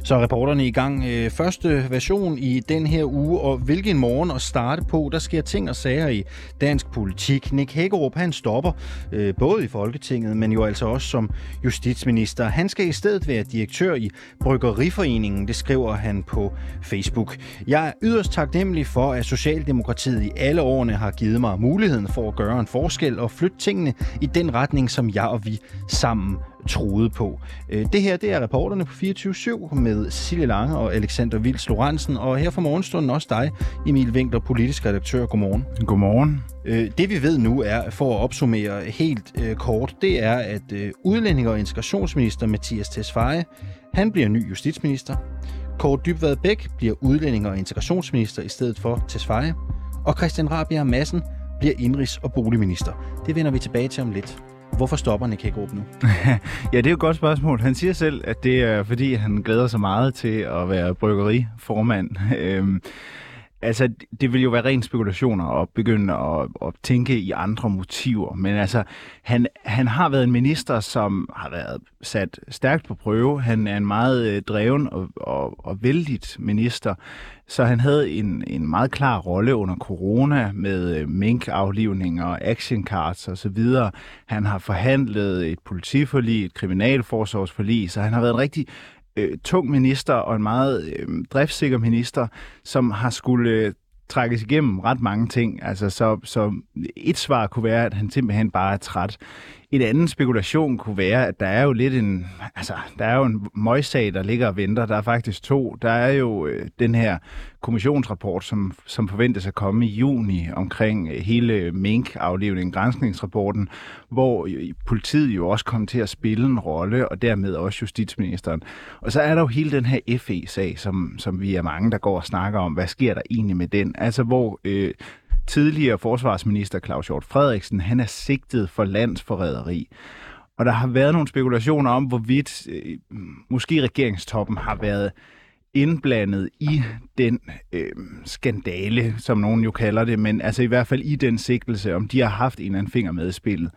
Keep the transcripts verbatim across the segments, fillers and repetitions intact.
Så er reporterne i gang. Første version i den her uge, og hvilken morgen at starte på. Der sker ting og sager i dansk politik. Nick Hækkerup, han stopper øh, både i Folketinget, men jo altså også som justitsminister. Han skal i stedet være direktør i Bryggeriforeningen, det skriver han på Facebook. Jeg er yderst taknemmelig for, at Socialdemokratiet i alle årene har givet mig muligheden for at gøre en forskel og flytte tingene i den retning, som jeg og vi sammen troede på. Det her, det er reporterne på fireogtyve syv med Cecilie Lange og Alexander Vils Lorentzen, og her for morgenstunden også dig, Emil Winkler, politisk redaktør. Godmorgen. Godmorgen. Det vi ved nu er, for at opsummere helt kort, det er, at udlændinge- og integrationsminister Mattias Tesfaye, han bliver ny justitsminister. Kaare Dybvad Bek bliver udlændinge- og integrationsminister i stedet for Tesfaye, og Christian Rabjerg Madsen bliver indrigs- og boligminister. Det vender vi tilbage til om lidt. Hvorfor stopper Nick Hækkerup nu? Ja, det er jo et godt spørgsmål. Han siger selv, at det er fordi, han glæder sig meget til at være bryggeriformand. Øhm, altså, det vil jo være ren spekulationer at begynde at, at tænke i andre motiver. Men altså, han, han har været en minister, som har været sat stærkt på prøve. Han er en meget dreven og, og, og vældigt minister. Så han havde en, en meget klar rolle under corona med minkaflivninger og action cards og så videre. Han har forhandlet et politiforlig, et kriminalforsorgsforlig, så han har været en rigtig øh, tung minister og en meget øh, driftssikker minister, som har skulle øh, trækkes igennem ret mange ting. Altså, så, så et svar kunne være, at han simpelthen bare er træt. En anden spekulation kunne være, at der er jo lidt en, altså, der er jo en møgssag, der ligger og venter. Der er faktisk to. Der er jo øh, den her kommissionsrapport, som, som forventes at komme i juni omkring øh, hele minkaflivningen, granskningsrapporten, hvor øh, politiet jo også kommer til at spille en rolle, og dermed også justitsministeren. Og så er der jo hele den her F E-sag, som, som vi er mange, der går og snakker om. Hvad sker der egentlig med den? Altså, hvor Øh, tidligere forsvarsminister Claus Hjort Frederiksen, han er sigtet for landsforræderi. Og der har været nogle spekulationer om, hvorvidt øh, måske regeringstoppen har været indblandet i den øh, skandale, som nogen jo kalder det, men altså i hvert fald i den sigtelse, om de har haft en eller anden finger med i spillet.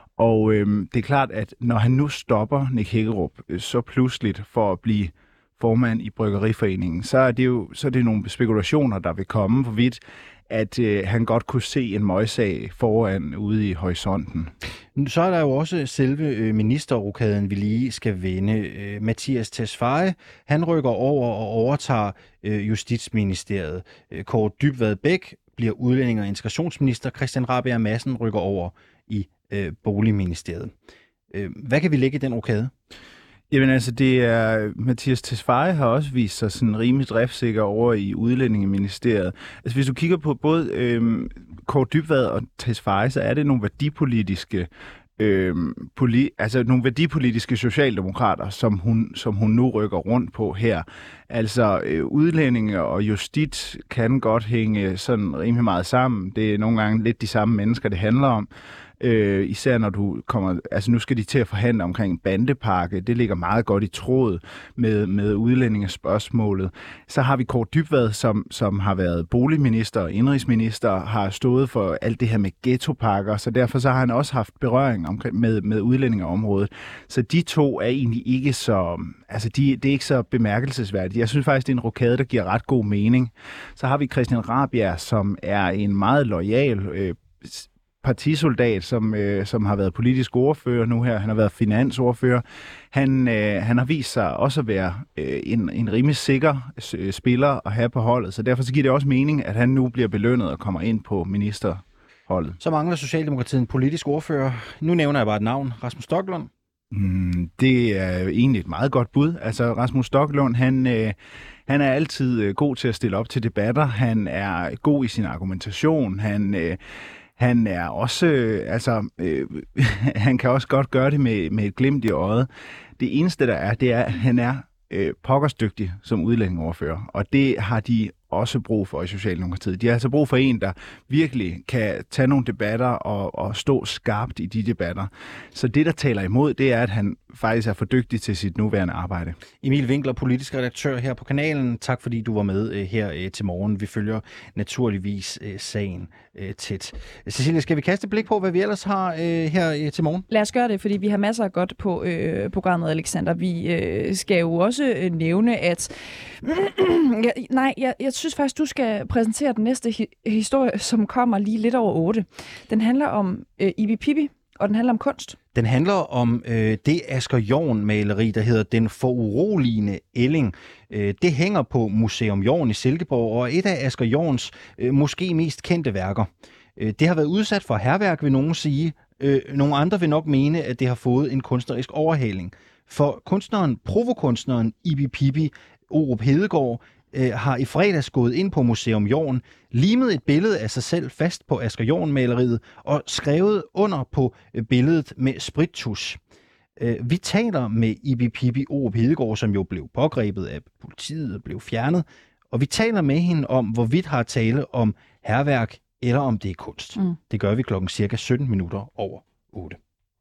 Og øh, det er klart, at når han nu stopper Nick Hækkerup øh, så pludseligt for at blive formand i Bryggeriforeningen, så er det jo så er det nogle spekulationer, der vil komme, hvorvidt at øh, han godt kunne se en møgssag foran ude i horisonten. Så er der jo også selve øh, ministerrokaden, vi lige skal vende. Øh, Mattias Tesfaye, han rykker over og overtager øh, Justitsministeriet. Øh, Kaare Dybvad Bek bliver udlændinge- og integrationsminister. Christian Rabjerg Madsen rykker over i øh, Boligministeriet. Øh, hvad kan vi lægge i den rokade? Jamen altså, det er Mattias Tesfaye har også vist sig sådan rimelig driftsikker over i Udlændingeministeriet. Altså hvis du kigger på både øh, Kaare Dybvad og Tesfaye, så er det nogle værdipolitiske øh, poli, altså nogle værdipolitiske socialdemokrater, som hun, som hun nu rykker rundt på her. Altså øh, udlændinge og justit kan godt hænge sådan rimelig meget sammen. Det er nogle gange lidt de samme mennesker, det handler om. Øh, især når du kommer, altså nu skal de til at forhandle omkring en bandepakke, det ligger meget godt i tråd med, med udlændingespørgsmålet. Så har vi Kaare Dybvad, som, som har været boligminister og indrigsminister, har stået for alt det her med ghettopakker, så derfor så har han også haft berøring omkring, med, med udlændingeområdet. Så de to er egentlig ikke så, altså de, det er ikke så bemærkelsesværdigt. Jeg synes faktisk, det er en rokade, der giver ret god mening. Så har vi Christian Rabjerg, som er en meget loyal øh, partisoldat, som, øh, som har været politisk ordfører nu her. Han har været finansordfører. Han, øh, han har vist sig også at være øh, en, en rimelig sikker øh, spiller at have på holdet, så derfor så giver det også mening, at han nu bliver belønnet og kommer ind på ministerholdet. Så mangler Socialdemokratiet en politisk ordfører. Nu nævner jeg bare et navn. Rasmus Stoklund. Mm, det er egentlig et meget godt bud. Altså Rasmus Stoklund, han, øh, han er altid øh, god til at stille op til debatter. Han er god i sin argumentation. Han øh, Han er også, øh, altså, øh, han kan også godt gøre det med, med et glimt i øjet. Det eneste, der er, det er, at han er øh, pokkersdygtig som udlændingeordfører, og det har de også brug for i Socialdemokratiet. De har altså brug for en, der virkelig kan tage nogle debatter og, og stå skarpt i de debatter. Så det, der taler imod, det er, at han faktisk er for dygtig til sit nuværende arbejde. Emil Winkler, politisk redaktør her på kanalen. Tak fordi du var med øh, her øh, til morgen. Vi følger naturligvis øh, sagen øh, tæt. Cecilia, skal vi kaste et blik på, hvad vi ellers har øh, her øh, til morgen? Lad os gøre det, fordi vi har masser af godt på øh, programmet, Alexander. Vi øh, skal jo også øh, nævne, at... jeg, nej, jeg, jeg synes faktisk, du skal præsentere den næste hi- historie, som kommer lige lidt over otte. Den handler om øh, Ibi Pippi, og den handler om kunst. Den handler om øh, det Asger Jorn-maleri, der hedder Den foruroligende ælling. Øh, det hænger på Museum Jorn i Silkeborg, og er et af Asger Jorns øh, måske mest kendte værker. Øh, det har været udsat for hærværk, vil nogen sige. Øh, nogle andre vil nok mene, at det har fået en kunstnerisk overhaling. For kunstneren, provokunstneren Ibi Pippi Orup Hedegaard, øh, har i fredags gået ind på Museum Jorn, limet et billede af sig selv fast på Asger Jorn-maleriet og skrevet under på billedet med sprittusch. Øh, vi taler med Ibi Pippi Orup Hedegaard, som jo blev pågrebet af politiet og blev fjernet, og vi taler med hende om, hvorvidt har tale om hærværk eller om det er kunst. Mm. Det gør vi klokken cirka sytten minutter over otte.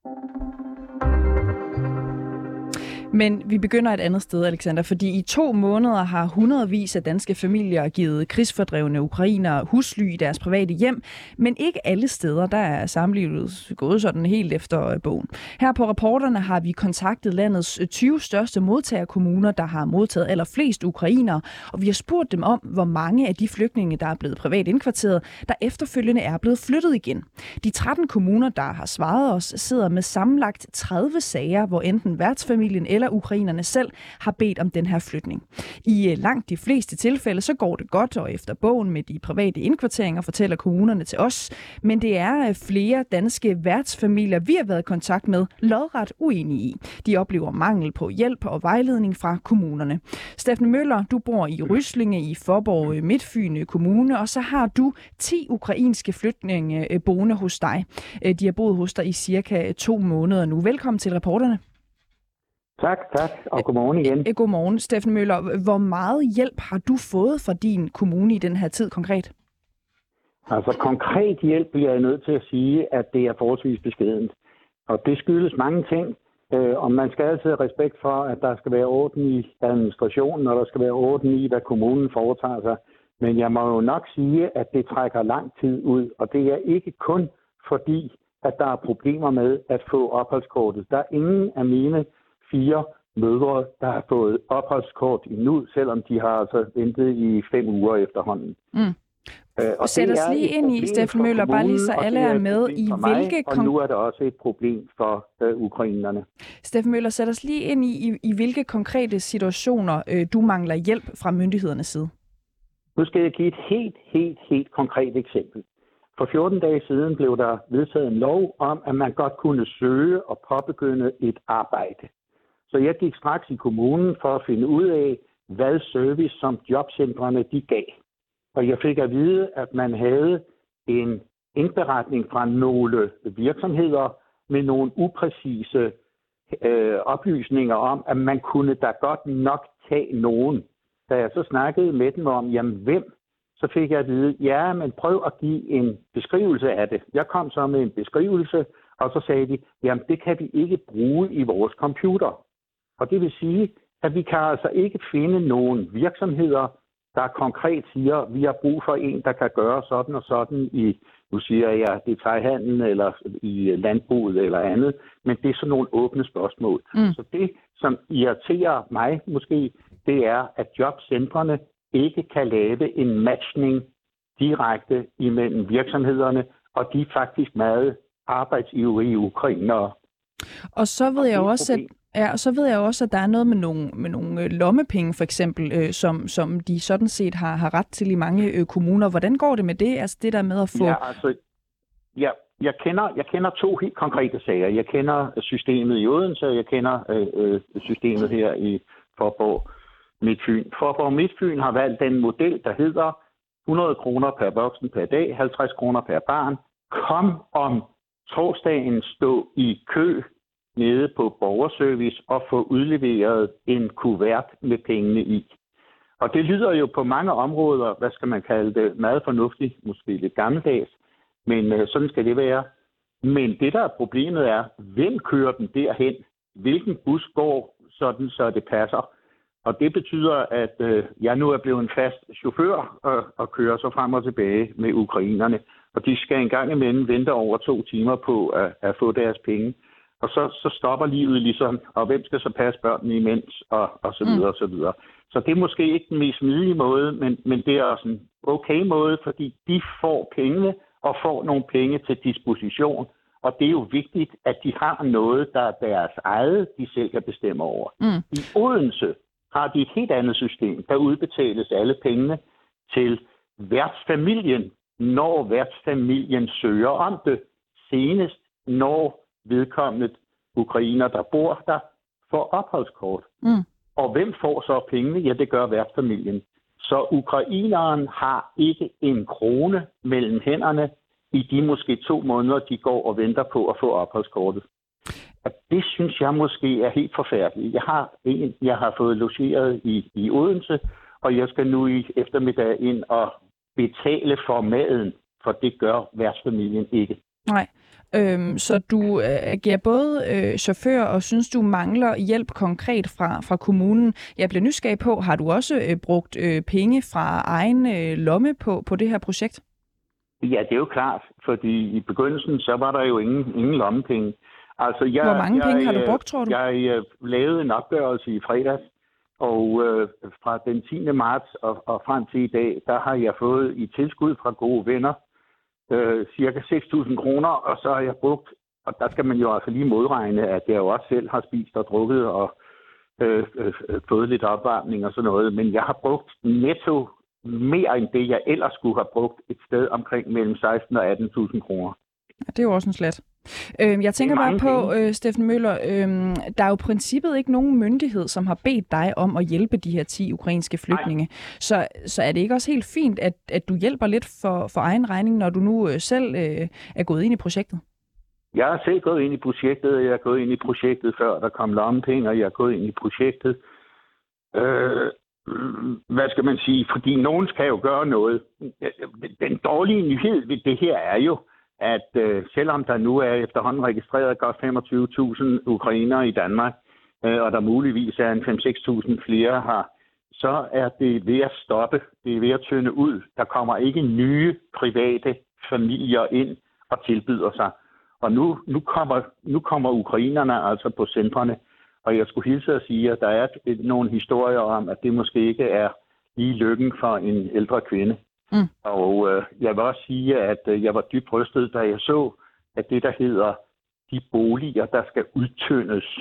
Men vi begynder et andet sted, Alexander, fordi i to måneder har hundredvis af danske familier givet krigsfordrevne ukrainere husly i deres private hjem, men ikke alle steder, der er samlivet gået sådan helt efter bogen. Her på Reporterne har vi kontaktet landets tyve største modtagerkommuner, der har modtaget allerflest ukrainere, og vi har spurgt dem om, hvor mange af de flygtninge, der er blevet privat indkvarteret, der efterfølgende er blevet flyttet igen. De tretten kommuner, der har svaret os, sidder med sammenlagt tredive sager, hvor enten værtsfamilien eller ukrainerne selv har bedt om den her flytning. I langt de fleste tilfælde så går det godt og efter bogen med de private indkvarteringer, fortæller kommunerne til os, men det er flere danske værtsfamilier, vi har været i kontakt med, lodret uenige i. De oplever mangel på hjælp og vejledning fra kommunerne. Steffen Møller, du bor i Ryslinge i Faaborg Midtfyn Kommune, og så har du ti ukrainske flygtninge boende hos dig. De har boet hos dig i cirka to måneder nu. Velkommen til Reporterne. Tak, tak, og godmorgen igen. Godmorgen, Steffen Møller. Hvor meget hjælp har du fået fra din kommune i den her tid konkret? Altså konkret hjælp bliver jeg nødt til at sige, at det er forholdsvis beskedent. Og det skyldes mange ting, og man skal altid have respekt for, at der skal være orden i administrationen, og der skal være orden i, hvad kommunen foretager sig. Men jeg må jo nok sige, at det trækker lang tid ud, og det er ikke kun fordi, at der er problemer med at få opholdskortet. Der er ingen af mine fire mødre, der har fået opholdskort endnu, selvom de har altså ventet i fem uger efterhånden. Mm. Øh, og Sæt os lige ind i, Steffen Møller, bare lige så alle er med i hvilke... Mig, og nu er der også et problem for øh, ukrainerne. Steffen Møller, sæt os lige ind i, i, i hvilke konkrete situationer øh, du mangler hjælp fra myndighedernes side. Nu skal jeg give et helt, helt, helt konkret eksempel. For fjorten dage siden blev der vedtaget en lov om, at man godt kunne søge og påbegynde et arbejde. Så jeg gik straks i kommunen for at finde ud af, hvad service som jobcentrene de gav. Og jeg fik at vide, at man havde en indberetning fra nogle virksomheder med nogle upræcise øh, oplysninger om, at man kunne da godt nok tage nogen. Da jeg så snakkede med dem om, jamen hvem, så fik jeg at vide, ja, men prøv at give en beskrivelse af det. Jeg kom så med en beskrivelse, og så sagde de, jamen det kan vi ikke bruge i vores computer. Og det vil sige, at vi kan altså ikke finde nogen virksomheder, der konkret siger, at vi har brug for en, der kan gøre sådan og sådan i, nu siger jeg, detailhandlen eller i landbruget eller andet, men det er sådan nogle åbne spørgsmål. Mm. Så det, som irriterer mig måske, det er, at jobcentrene ikke kan lave en matchning direkte imellem virksomhederne og de faktisk meget arbejdsivrige ukrainere. Og så ved jeg også, at Ja, og så ved jeg også, at der er noget med nogle, med nogle lommepenge, for eksempel, øh, som, som de sådan set har, har ret til i mange øh, kommuner. Hvordan går det med det? Altså det der med at få... Ja, altså, ja, jeg, kender, jeg kender to helt konkrete sager. Jeg kender systemet i Odense, og jeg kender øh, systemet her i Faaborg Midtfyn. Faaborg Midtfyn har valgt den model, der hedder hundrede kroner per voksen per dag, halvtreds kroner per barn. Kom om torsdagen, stå i kø nede på borgerservice og få udleveret en kuvert med pengene i. Og det lyder jo på mange områder, hvad skal man kalde det, meget fornuftigt, måske lidt gammeldags, men øh, sådan skal det være. Men det der er problemet er, hvem kører den derhen hvilken bus går sådan, så det passer. Og det betyder, at øh, jeg nu er blevet en fast chauffør og, og kører så frem og tilbage med ukrainerne. Og de skal engang imellem vente over to timer på at, at få deres penge. Og så, så stopper livet ligesom, og hvem skal så passe børnene imens, og, og så videre, og så videre. Så det er måske ikke den mest smidige måde, men, men det er også en okay måde, fordi de får pengene og får nogle penge til disposition. Og det er jo vigtigt, at de har noget, der er deres eget, de selv kan bestemme over. Mm. I Odense har de et helt andet system, der udbetales alle pengene til værtsfamilien, når værtsfamilien søger om det. Senest når vedkommende ukrainer, der bor der, får opholdskort. Mm. Og hvem får så pengene? Ja, det gør værtsfamilien. Så ukraineren har ikke en krone mellem hænderne i de måske to måneder, de går og venter på at få opholdskortet. Og det synes jeg måske er helt forfærdeligt. Jeg har, en, jeg har fået logeret i, i Odense, og jeg skal nu i eftermiddag ind og betale for maden, for det gør værtsfamilien ikke. Nej. Øhm, så du øh, agerer både øh, chauffør, og synes, du mangler hjælp konkret fra, fra kommunen. Jeg bliver nysgerrig på, har du også øh, brugt øh, penge fra egen øh, lomme på, på det her projekt? Ja, det er jo klart, fordi i begyndelsen, så var der jo ingen, ingen lommepenge. Altså, jeg, Hvor mange jeg, penge har du brugt, tror du? Jeg, jeg lavede en opgørelse i fredags, og øh, fra den tiende marts og, og frem til i dag, der har jeg fået i tilskud fra gode venner, Øh, cirka seks tusind kroner, og så har jeg brugt, og der skal man jo altså lige modregne, at jeg jo også selv har spist og drukket og øh, øh, fået lidt opvarmning og sådan noget, men jeg har brugt netto mere end det, jeg ellers skulle have brugt et sted omkring mellem seksten og atten tusind kroner. Ja, det er jo også en slat. Øh, jeg tænker bare på, øh, Steffen Møller, øh, der er jo i princippet ikke nogen myndighed, som har bedt dig om at hjælpe de her ti ukrainske flygtninge. Så, så er det ikke også helt fint, at, at du hjælper lidt for, for egen regning, når du nu øh, selv øh, er gået ind i projektet? Jeg har selv gået ind i projektet, jeg er gået ind i projektet før der kom lommepenge, og jeg er gået ind i projektet. Øh, hvad skal man sige? Fordi nogen skal jo gøre noget. Den dårlige nyhed ved det her er jo, at øh, selvom der nu er efterhånden registreret godt femogtyve tusind ukrainere i Danmark, øh, og der muligvis er en fem til seks tusind flere her, så er det ved at stoppe. Det er ved at tynde ud. Der kommer ikke nye private familier ind og tilbyder sig. Og nu, nu, kommer, nu kommer ukrainerne altså på centrene, og jeg skulle hilse at sige, at der er nogle historier om, at det måske ikke er lige lykken for en ældre kvinde. Mm. Og øh, jeg vil også sige, at øh, jeg var dybt rystet, da jeg så, at det, der hedder de boliger, der skal udtyndes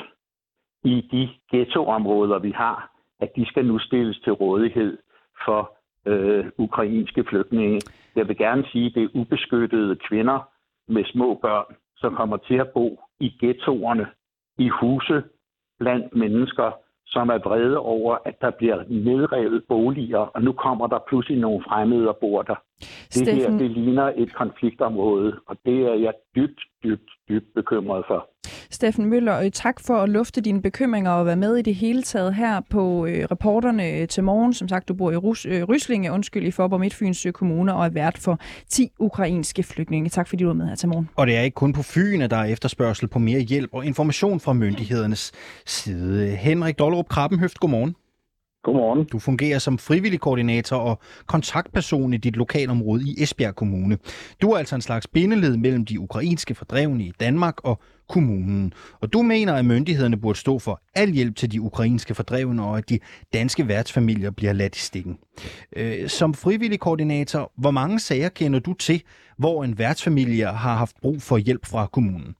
i de ghettoområder, vi har, at de skal nu stilles til rådighed for øh, ukrainske flygtninge. Jeg vil gerne sige, at det er ubeskyttede kvinder med små børn, som kommer til at bo i ghettoerne, i huse blandt mennesker, som er vrede over, at der bliver nedrevet boliger, og nu kommer der pludselig nogle fremmede og bor der. Det her, det ligner et konfliktområde, og det er jeg dybt, dybt, dybt bekymret for. Steffen Møller, tak for at lufte dine bekymringer og være med i det hele taget her på øh, reporterne til morgen. Som sagt, du bor i Rus, øh, Ryslinge, undskyld, i Faaborg Midtfyns Kommune og er vært for ti ukrainske flygtninge. Tak fordi du var med her til morgen. Og det er ikke kun på Fyn, at der er efterspørgsel på mere hjælp og information fra myndighedernes side. Henrik Dollerup Krabbenhøft, godmorgen. Godmorgen. Du fungerer som frivillig koordinator og kontaktperson i dit lokalområde i Esbjerg Kommune. Du er altså en slags bindeled mellem de ukrainske fordrevne i Danmark og kommunen. Og du mener, at myndighederne burde stå for al hjælp til de ukrainske fordrevne, og at de danske værtsfamilier bliver ladt i stikken. Som frivillig koordinator, hvor mange sager kender du til, hvor en værtsfamilie har haft brug for hjælp fra kommunen?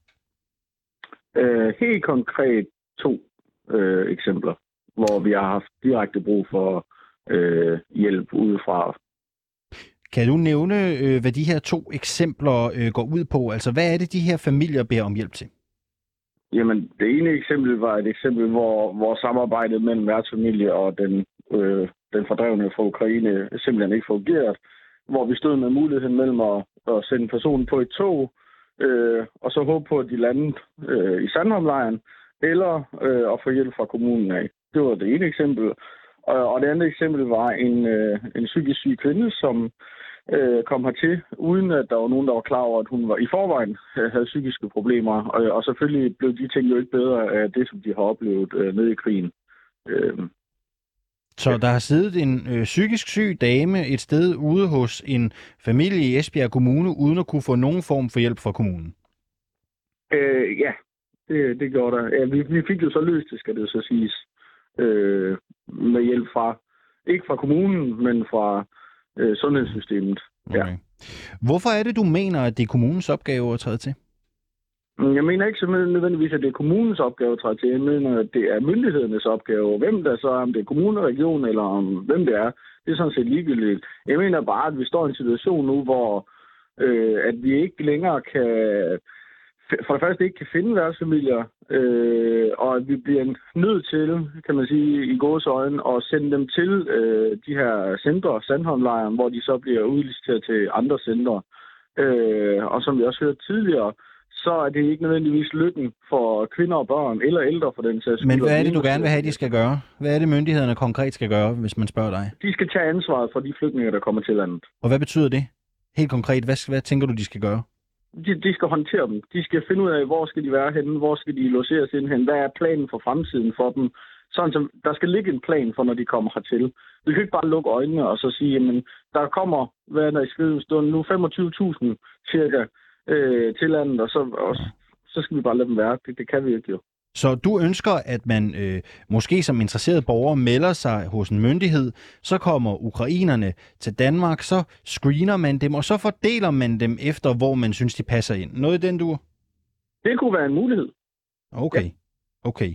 Uh, helt konkret to uh, eksempler, hvor vi har haft direkte brug for øh, hjælp udefra. Kan du nævne, øh, hvad de her to eksempler øh, går ud på? Altså, hvad er det, de her familier beder om hjælp til? Jamen, det ene eksempel var et eksempel, hvor, hvor samarbejdet mellem værtsfamilie og den, øh, den fordrevne fra Ukraine simpelthen ikke fungerede. Hvor vi stod med muligheden mellem at, at sende personen på et tog, øh, og så håbe på, at de landede øh, i Sandholmlejren, eller øh, at få hjælp fra kommunen af. Det var det ene eksempel. Og det andet eksempel var en, øh, en psykisk syg kvinde, som øh, kom hertil, uden at der var nogen, der var klar over, at hun var i forvejen øh, havde psykiske problemer. Og, og selvfølgelig blev de ting jo ikke bedre af det, som de har oplevet øh, nede i krigen. Øh, Så der har siddet en øh, psykisk syg dame et sted ude hos en familie i Esbjerg Kommune, uden at kunne få nogen form for hjælp fra kommunen? Øh, ja, det, det gjorde der. Ja, vi, vi fik jo så løst det, skal det så siges, øh, med hjælp fra, ikke fra kommunen, men fra øh, sundhedssystemet. Ja. Okay. Hvorfor er det, du mener, at det er kommunens opgave at træde til? Jeg mener ikke simpelthen nødvendigvis, at det er kommunens opgave at træde til. Jeg mener, at det er myndighedernes opgave. Hvem der så er, om det er kommune, region eller om hvem det er, det er sådan set ligegyldigt. Jeg mener bare, at vi står i en situation nu, hvor øh, at vi ikke længere kan, for det første ikke kan finde værtsfamilier, øh, og at vi bliver nødt til, kan man sige, i gåseøjne, at sende dem til øh, de her centre, Sandholmlejren, hvor de så bliver udliciteret til andre centre. Øh, og som vi også hørte tidligere, så er det ikke nødvendigvis lykken for kvinder og børn, eller ældre for den sags skyld. Men hvad er det, du gerne vil have, de skal gøre? Hvad er det, myndighederne konkret skal gøre, hvis man spørger dig? De skal tage ansvaret for de flygtninge, der kommer til landet. Og hvad betyder det? Helt konkret, hvad, hvad tænker du, de skal gøre? De, de skal håndtere dem. De skal finde ud af, hvor skal de være henne, hvor skal de logeres ind hen, hvad er planen for fremtiden for dem. Sådan som der skal ligge en plan for, når de kommer hertil. Vi kan ikke bare lukke øjnene og så sige, jamen, der kommer, hvad er der i skrivende stund, nu femogtyve tusind cirka, Øh, til landet, og så, og så skal vi bare lade dem være. Det, det kan vi ikke jo. Så du ønsker, at man øh, måske som interesseret borger melder sig hos en myndighed, så kommer ukrainerne til Danmark, så screener man dem, og så fordeler man dem efter, hvor man synes, de passer ind. Noget i den du? Det kunne være en mulighed. Okay, ja. okay.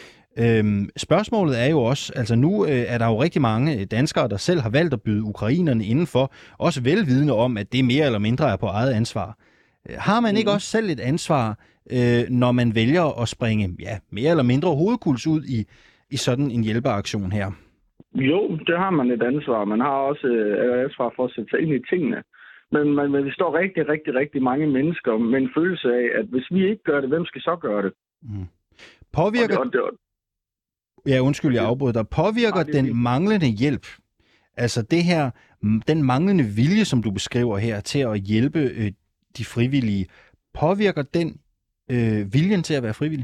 Øhm, spørgsmålet er jo også, altså nu øh, er der jo rigtig mange danskere, der selv har valgt at byde ukrainerne indenfor, også velvidende om, at det mere eller mindre er på eget ansvar. Har man ikke også selv et ansvar, øh, når man vælger at springe ja, mere eller mindre hovedkuls ud i, i sådan en hjælpeaktion her? Jo, det har man et ansvar. Man har også et ansvar for at sætte sig ind i tingene. Men, men, men vi står rigtig, rigtig, rigtig mange mennesker med en følelse af, at hvis vi ikke gør det, hvem skal så gøre det? Mm. Påvirker... Og det, og det, ja, undskyld, jeg afbryder dig. Påvirker ja, den manglende hjælp, altså det her, den manglende vilje, som du beskriver her, til at hjælpe øh, de frivillige, påvirker den øh, viljen til at være frivillig?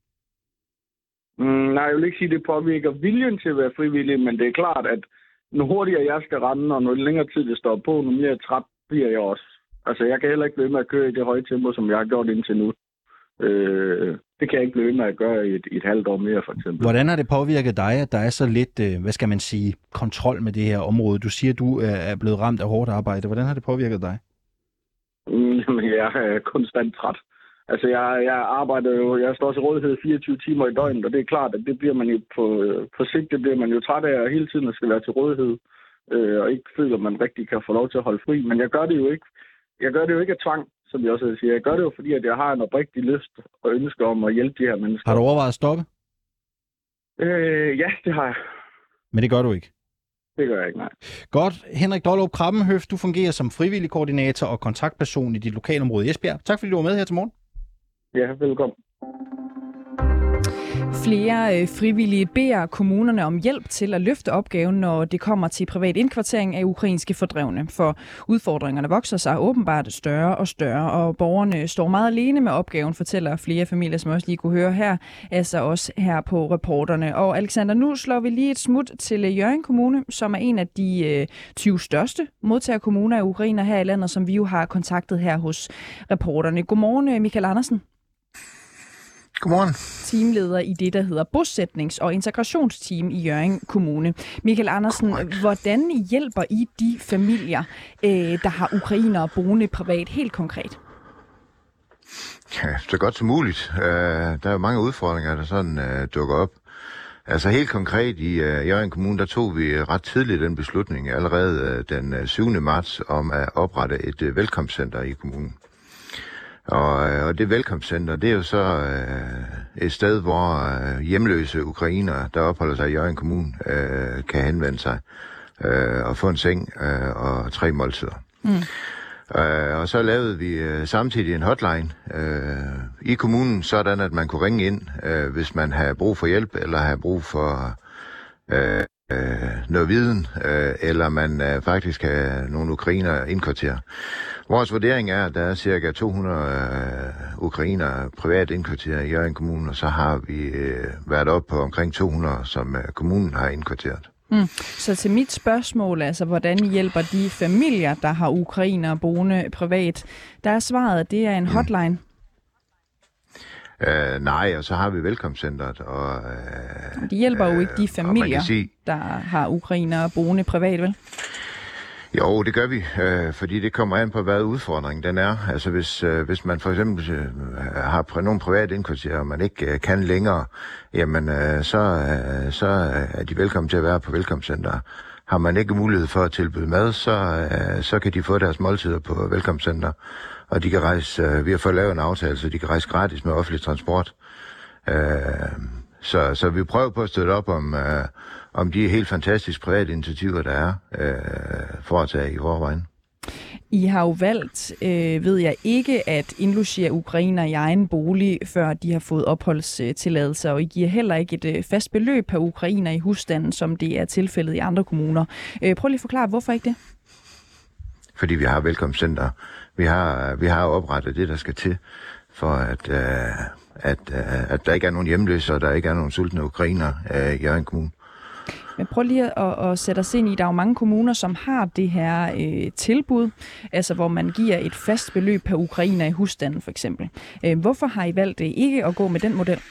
Mm, nej, jeg vil ikke sige, at det påvirker viljen til at være frivillig, men det er klart, at nu hurtigere jeg skal rende, og nu længere tid det står på, nu mere træt bliver jeg også. Altså, jeg kan heller ikke blive med at køre i det høje tempo, som jeg har gjort indtil nu. Øh, det kan jeg ikke blive med at gøre i et, i et halvt år mere, for eksempel. Hvordan har det påvirket dig, at der er så lidt, øh, hvad skal man sige, kontrol med det her område? Du siger, at du er blevet ramt af hårdt arbejde. Hvordan har det påvirket dig? Jamen, jeg er konstant træt. Altså, jeg, jeg arbejder jo, jeg står til rådighed fireogtyve timer i døgnet, og det er klart, at det bliver man jo på, på sigt, det bliver man jo træt af, og hele tiden skal være til rådighed, øh, og ikke føler, at man rigtig kan få lov til at holde fri. Men jeg gør det jo ikke, jeg gør det jo ikke af tvang, som jeg også siger. Jeg gør det jo, fordi at jeg har en oprigtig lyst og ønske om at hjælpe de her mennesker. Har du overvejet at stoppe? Øh, ja, det har jeg. Men det gør du ikke? Det gør jeg ikke, nej. Godt. Henrik Dollerup Krabbenhøft, du fungerer som frivillig koordinator og kontaktperson i dit lokalområde i Esbjerg. Tak fordi du var med her til morgen. Ja, velkommen. Flere øh, frivillige beder kommunerne om hjælp til at løfte opgaven, når det kommer til privat indkvartering af ukrainske fordrevne. For udfordringerne vokser sig åbenbart større og større, og borgerne står meget alene med opgaven, fortæller flere familier, som også lige kunne høre her, altså også her på reporterne. Og Alexander, nu slår vi lige et smut til Hjørring Kommune, som er en af de øh, tyve største modtagerkommuner af ukrainer her i landet, som vi jo har kontaktet her hos reporterne. Godmorgen, Michael Andersen. Godmorgen. Teamleder i det, der hedder bosætnings- og integrationsteam i Hjørring Kommune. Michael Andersen, Correct. Hvordan hjælper I de familier, der har ukrainere boende privat, helt konkret? Ja, så godt som muligt. Der er jo mange udfordringer, der sådan uh, dukker op. Altså helt konkret i uh, Hjørring Kommune, der tog vi ret tidligt den beslutning, allerede uh, den syvende marts, om at oprette et uh, velkomstcenter i kommunen. Og, og det velkomstcenter, det er jo så øh, et sted, hvor øh, hjemløse ukrainere, der opholder sig i Hjørring Kommune, øh, kan henvende sig øh, og få en seng øh, og tre måltider. Mm. Øh, og så lavede vi øh, samtidig en hotline øh, i kommunen, sådan at man kunne ringe ind, øh, hvis man havde brug for hjælp eller havde brug for øh, øh, noget viden, øh, eller man øh, faktisk har nogle ukrainere indkvarteret. Vores vurdering er, at der er cirka to hundrede øh, ukrainere privat indkvarteret i Hjørring Kommune, og så har vi øh, været oppe på omkring to hundrede, som øh, kommunen har indkvarteret. Mm. Så til mit spørgsmål, altså hvordan hjælper de familier, der har ukrainere boende privat, der er svaret, at det er en hotline. Mm. Uh, nej, og så har vi velkomstcentret. Og, uh, de hjælper jo ikke de familier, sige, der har ukrainere boende privat, vel? Jo, det gør vi, øh, fordi det kommer an på, hvad udfordringen den er. Altså hvis, øh, hvis man for eksempel øh, har pr- nogle private indkvarterer, og man ikke øh, kan længere, jamen øh, så, øh, så er de velkommen til at være på velkomstcenter. Har man ikke mulighed for at tilbyde mad, så, øh, så kan de få deres måltider på velkomstcenter, og de kan rejse, øh, vi har fået lavet en aftale, så de kan rejse gratis med offentlig transport. Øh, så, så vi prøver på at støtte op om... Øh, om de helt fantastiske private initiativer, der er øh, foretaget i forvejen. I har jo valgt, øh, ved jeg ikke, at indlogere ukrainer i egen bolig, før de har fået opholdstilladelse, og I giver heller ikke et øh, fast beløb per ukrainer i husstanden, som det er tilfældet i andre kommuner. Øh, prøv lige at forklare, hvorfor ikke det? Fordi vi har velkomstcenter. Vi har, vi har oprettet det, der skal til, for at, øh, at, øh, at der ikke er nogen hjemløse, og der ikke er nogen sultne ukrainer øh, i Hjørring Kommune. Men prøv lige at, at sætte os ind i, der er jo mange kommuner, som har det her øh, tilbud, altså hvor man giver et fast beløb per ukrainer i husstanden for eksempel. Øh, hvorfor har I valgt det ikke at gå med den model?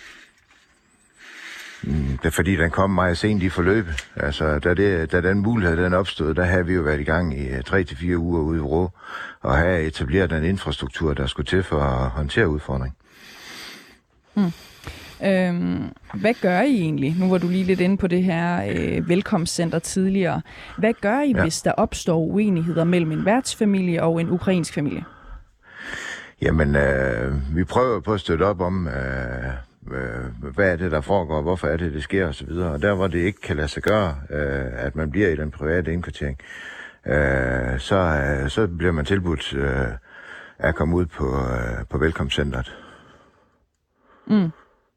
Mm, det er fordi, den kom meget sent i forløbet. Altså, da, det, da den mulighed den opstod, der havde vi jo været i gang i tre til fire uger ude i Vrå, og have etableret den infrastruktur, der skulle til for at håndtere udfordringen. Hmm. Øhm, hvad gør I egentlig? Nu var du lige lidt inde på det her øh, velkomstcenter tidligere. Hvad gør I, ja. hvis der opstår uenigheder mellem en værtsfamilie og en ukrainsk familie? Jamen, øh, vi prøver på at støtte op om, øh, øh, hvad er det, der foregår, hvorfor er det, det sker osv. Og der, hvor det ikke kan lade sig gøre, øh, at man bliver i den private indkvartering, øh, så, øh, så bliver man tilbudt øh, at komme ud på, øh, på velkomstcentret. Mm.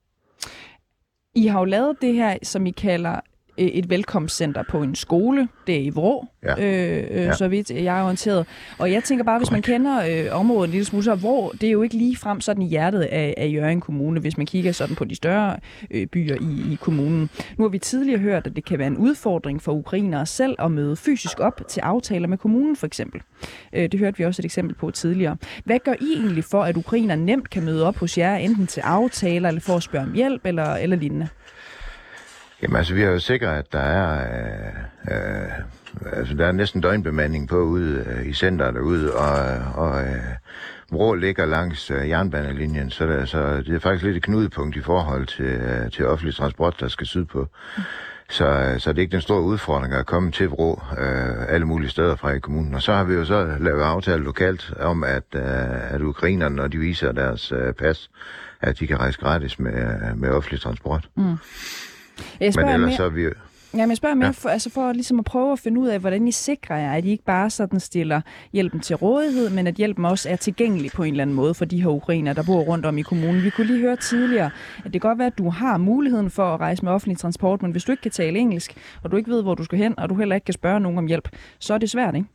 I har jo lavet det her, som I kalder et velkomstcenter på en skole. Det er i Vrå, ja. øh, øh, ja. så vidt jeg er orienteret. Og jeg tænker bare, hvis man kender øh, området en lille smule, så Vrå, det er jo ikke lige frem sådan i hjertet af, af Hjørring Kommune, hvis man kigger sådan på de større øh, byer i, i kommunen. Nu har vi tidligere hørt, at det kan være en udfordring for ukrainere selv at møde fysisk op til aftaler med kommunen for eksempel. Øh, det hørte vi også et eksempel på tidligere. Hvad gør I egentlig for, at ukrainere nemt kan møde op hos jer, enten til aftaler, eller for at spørge om hjælp, eller, eller lignende? Jamen altså, vi har jo sikret, at der er, øh, øh, altså, der er næsten døgnbemanding på ude øh, i centret derude, og, og øh, Vrå ligger langs øh, jernbanelinjen, så, der, så det er faktisk lidt et knudepunkt i forhold til, øh, til offentlig transport, der skal sydpå. Så, så det er ikke den store udfordring at komme til Vrå øh, alle mulige steder fra i kommunen. Og så har vi jo så lavet aftale lokalt om, at, øh, at ukrainerne, når de viser deres øh, pas, at de kan rejse gratis med, med offentlig transport. Mm. Jeg Men ellers mere, så er vi... Ja, men jeg spørger mere ja. for, altså for ligesom at prøve at finde ud af, hvordan I sikrer jer, at I ikke bare sådan stiller hjælpen til rådighed, men at hjælpen også er tilgængelig på en eller anden måde for de her ukrainere, der bor rundt om i kommunen. Vi kunne lige høre tidligere, at det kan godt være, at du har muligheden for at rejse med offentlig transport, men hvis du ikke kan tale engelsk, og du ikke ved, hvor du skal hen, og du heller ikke kan spørge nogen om hjælp, så er det svært, ikke?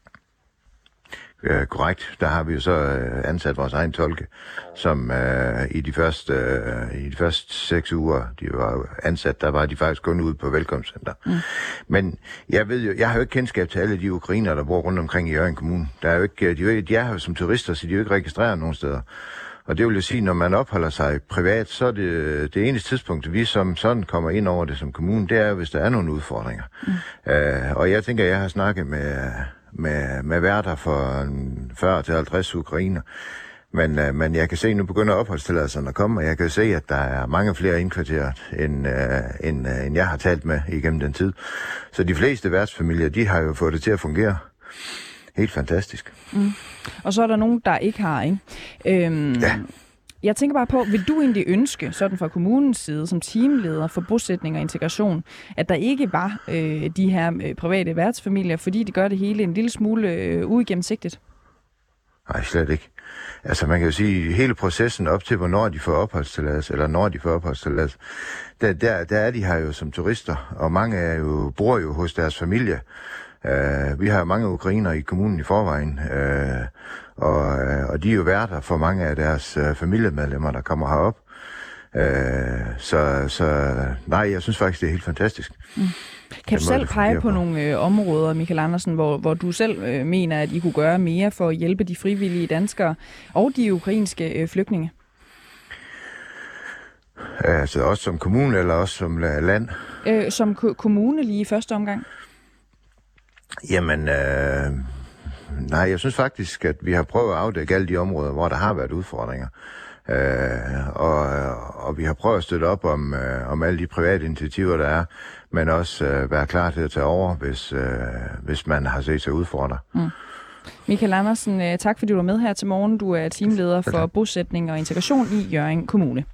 Øh, korrekt. Der har vi jo så øh, ansat vores egen tolke, som øh, i de første øh, i de første seks uger, de var ansat, der var de faktisk kun ude på velkomstcenter. Mm. Men jeg ved jo, jeg har jo ikke kendskab til alle de ukrainere, der bor rundt omkring i Hjørring Kommune. Der er jo ikke, de, de er jo som turister, så de er jo ikke registreret nogen steder. Og det vil jo sige, når man opholder sig privat, så er det det eneste tidspunkt, vi som sådan kommer ind over det som kommune, det er, hvis der er nogle udfordringer. Mm. Øh, og jeg tænker, jeg har snakket med med, med værter for fyrre til halvtreds ukrainer. Men, øh, men jeg kan se, nu begynder opholdstilladelserne at komme, og jeg kan se, at der er mange flere indkvarteret, end, øh, end, øh, end jeg har talt med igennem den tid. Så de fleste værtsfamilier, de har jo fået det til at fungere helt fantastisk. Mm. Og så er der nogen, der ikke har, ikke? Øhm... Ja. Jeg tænker bare på, vil du egentlig ønske, sådan fra kommunens side, som teamleder for bosætning og integration, at der ikke var øh, de her øh, private værtsfamilier, fordi det gør det hele en lille smule øh, uigennemsigtigt? Nej, slet ikke. altså man kan jo sige, hele processen op til, hvornår de får opholdstilladelse, eller når de får opholdstilladelse, der, der, der er de her jo som turister, og mange er jo, bor jo hos deres familie. Uh, vi har mange ukrainere i kommunen i forvejen, uh, og, uh, og de er jo værter for mange af deres uh, familiemedlemmer, der kommer herop. Uh, så, så nej, jeg synes faktisk, det er helt fantastisk. Mm. Kan du selv pege på nogle øh, områder, Michael Andersen, hvor, hvor du selv øh, mener, at I kunne gøre mere for at hjælpe de frivillige danskere og de ukrainske øh, flygtninge? Altså også som kommune eller også som land? Øh, som ko- kommune lige i første omgang? Jamen, øh, nej, jeg synes faktisk, at vi har prøvet at afdække alle de områder, hvor der har været udfordringer. Øh, og, og vi har prøvet at støtte op om, øh, om alle de private initiativer, der er, men også øh, være klar til at tage over, hvis, øh, hvis man har set sig udfordre. Mm. Michael Andersen, tak fordi du var med her til morgen. Du er teamleder for bosætning og integration i Hjørring Kommune.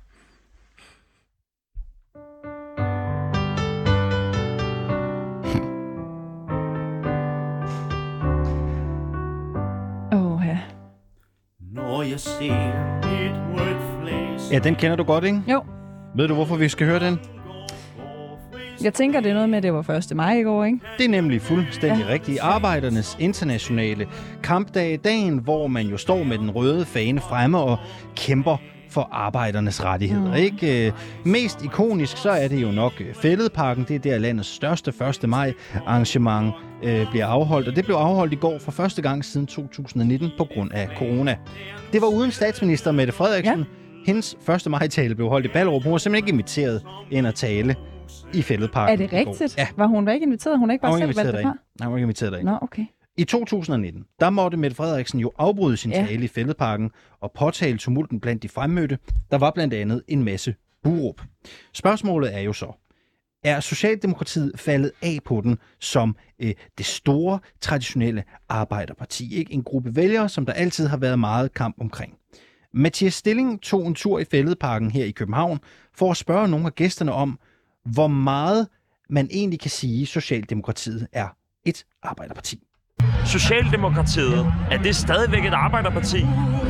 Åh, ja. Når jeg ser et rødt flæs. Ja, den kender du godt, ikke? Jo. Ved du, hvorfor vi skal høre den? Jeg tænker, det er noget med, at det var første maj i går, ikke? Det er nemlig fuldstændig ja. rigtigt. Arbejdernes internationale kampdag, dagen, hvor man jo står med den røde fane fremme og kæmper for arbejdernes rettigheder. Mm. Ikke? Mest ikonisk, så er det jo nok Fælledparken. Det er der landets største første maj arrangement øh, bliver afholdt. Og det blev afholdt i går for første gang siden to tusind nitten på grund af corona. Det var uden statsminister Mette Frederiksen. Ja. Hendes første maj-tale blev holdt i Ballerup. Hun var simpelthen ikke inviteret ind at tale i Fælledparken. Er det rigtigt? Ja. Var hun ikke inviteret? Hun er ikke bare selv valgt det fra? Nej, hun var ikke inviteret derind. Nå, okay. I to tusind nitten, der måtte Mette Frederiksen jo afbryde sin ja. tale i Fælledparken og påtale tumulten blandt de fremmødte. Der var blandt andet en masse buråb. Spørgsmålet er jo så, er Socialdemokratiet faldet af på den som øh, det store, traditionelle arbejderparti? Ikke? En gruppe vælgere, som der altid har været meget kamp omkring. Mathias Stilling tog en tur i Fælledparken her i København for at spørge nogle af gæsterne om, hvor meget man egentlig kan sige, at Socialdemokratiet er et arbejderparti. Socialdemokratiet, er det stadigvæk et arbejderparti?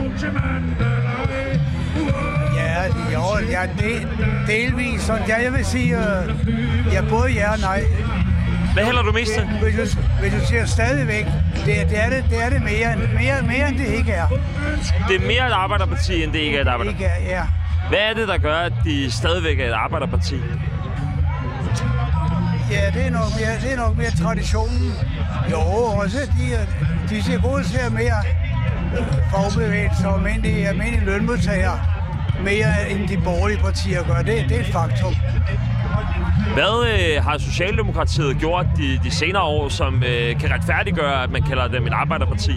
Ja, jo, ja det, delvis. Så ja, jeg vil sige, uh, ja, både ja og nej. Hvad hælder du mest til? Hvis du, hvis du siger stadigvæk, det, det, er det, det er det mere, mere, mere, end det ikke er. Det er mere et arbejderparti, end det ikke er et arbejderparti? Ikke er, ja. Hvad er det, der gør, at de stadigvæk er et arbejderparti? Ja, det er nok mere, det er nok mere traditionen. Jo, også de, de ser gode til at mere fagbevægelser og almindelige, almindelige lønmodtagere mere end de borgerlige partier gør. Det, det er et faktum. Hvad øh, har Socialdemokratiet gjort de, de senere år, som øh, kan retfærdiggøre, at man kalder dem et arbejderparti?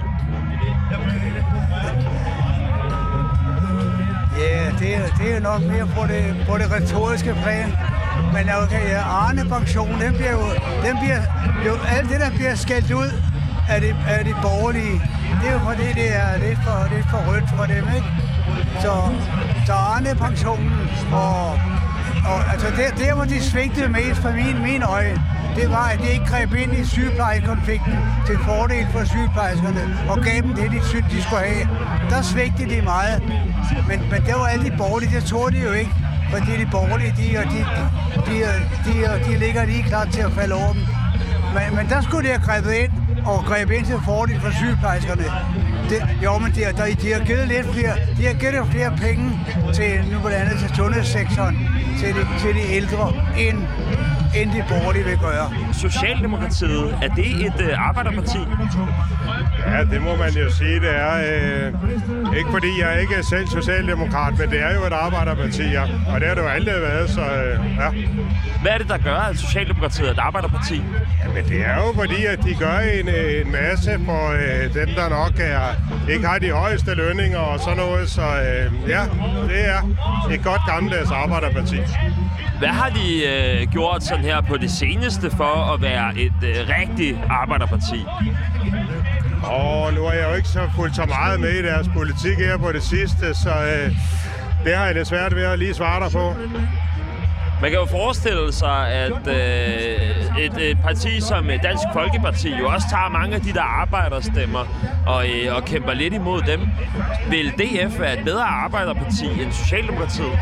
Ja, det, det er nok mere på det, på det retoriske plan. Men okay, Arne-pension, den bliver jo, den bliver, jo, alt det, der bliver skældt ud af de, af de borgerlige, det er jo fordi, det er lidt for, lidt for rødt for dem, ikke? Så, så Arne-pensionen og, og altså der, der, hvor de svigtede mest fra mine, mine øjne, det var, at de ikke greb ind i sygeplejekonflikten til fordel for sygeplejerskerne og gav dem det, de syntes, de skulle have. Der svigtede de meget, men, men det var alle de borgerlige, det tog de jo ikke. Fordi de borgerlige, de, de, de, de, de, de ligger lige klar til at falde over dem. Men, men der skulle de have grebet ind, og grebet ind til fordel for sygeplejerskerne. Det, jo, men de, de, de har givet lidt flere, de har givet flere penge til, nu blandt andet til sundhedssektoren, til de, til de ældre, end, end de borgerlige vil gøre. Socialdemokratiet, er det et øh, arbejderparti? Ja, det må man jo sige, det er. Øh, ikke fordi jeg ikke er selv socialdemokrat, men det er jo et arbejderparti, ja. Og det har det jo aldrig været, så øh, ja. Hvad er det, der gør, at Socialdemokratiet er et arbejderparti? Jamen, det er jo fordi, at de gør en, en masse for øh, dem, der nok er, ikke har de højeste lønninger og sådan noget. Så øh, ja, det er et godt gammeldags arbejderparti. Hvad har de øh, gjort sådan her på det seneste for at være et øh, rigtigt arbejderparti? Og nu har jeg jo ikke så fulgt så meget med i deres politik her på det sidste, så øh, det har jeg lidt svært ved at lige svare dig på. Man kan jo forestille sig, at øh, et, et parti som Dansk Folkeparti jo også tager mange af de der arbejderstemmer og, øh, og kæmper lidt imod dem. Vil D F være et bedre arbejderparti end Socialdemokratiet?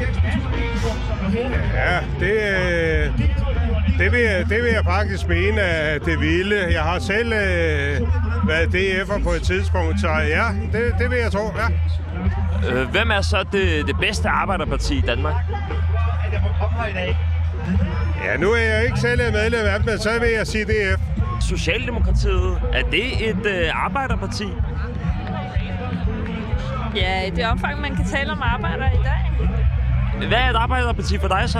Ja, det, det, vil jeg, det vil jeg faktisk mene, at det ville. Jeg har selv øh, været D F'er på et tidspunkt, så ja, det, det vil jeg tro, ja. Hvem er så det, det bedste arbejderparti i Danmark? Ja, nu er jeg ikke selv medlem af, men så vil jeg sige D F. Socialdemokratiet, er det et øh, arbejderparti? Ja, i det omfang, man kan tale om arbejder i dag. Hvad er et arbejderparti for dig så?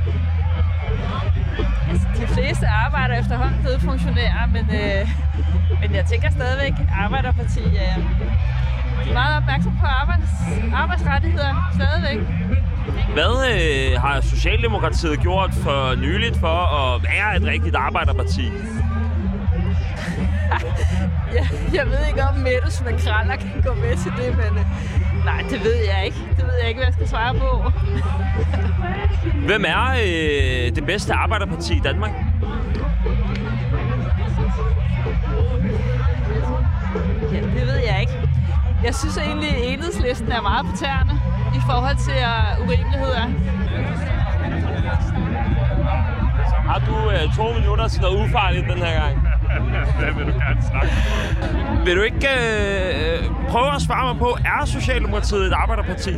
Altså, de fleste arbejder efterhånden blevet funktionærer, men, øh, men jeg tænker stadigvæk, arbejderparti er øh, meget opmærksom på arbejds, arbejdsrettigheder stadigvæk. Hvad øh, har Socialdemokratiet gjort for nyligt for at være et rigtigt arbejderparti? jeg, jeg ved ikke, om Mettes med kraller kan gå med til det, men øh, nej, det ved jeg ikke. Det ved jeg ikke, hvad jeg skal svare på. Hvem er øh, det bedste arbejderparti i Danmark? Ja, det ved jeg ikke. Jeg synes egentlig, at Enhedslisten er meget på tæerne i forhold til uh, urimeligheder. Har du øh, to minutter til noget ufarligt den her gang? Hvad vil du gerne snakke? Vil du ikke øh, prøve at svare mig på, er Socialdemokratiet et arbejderparti?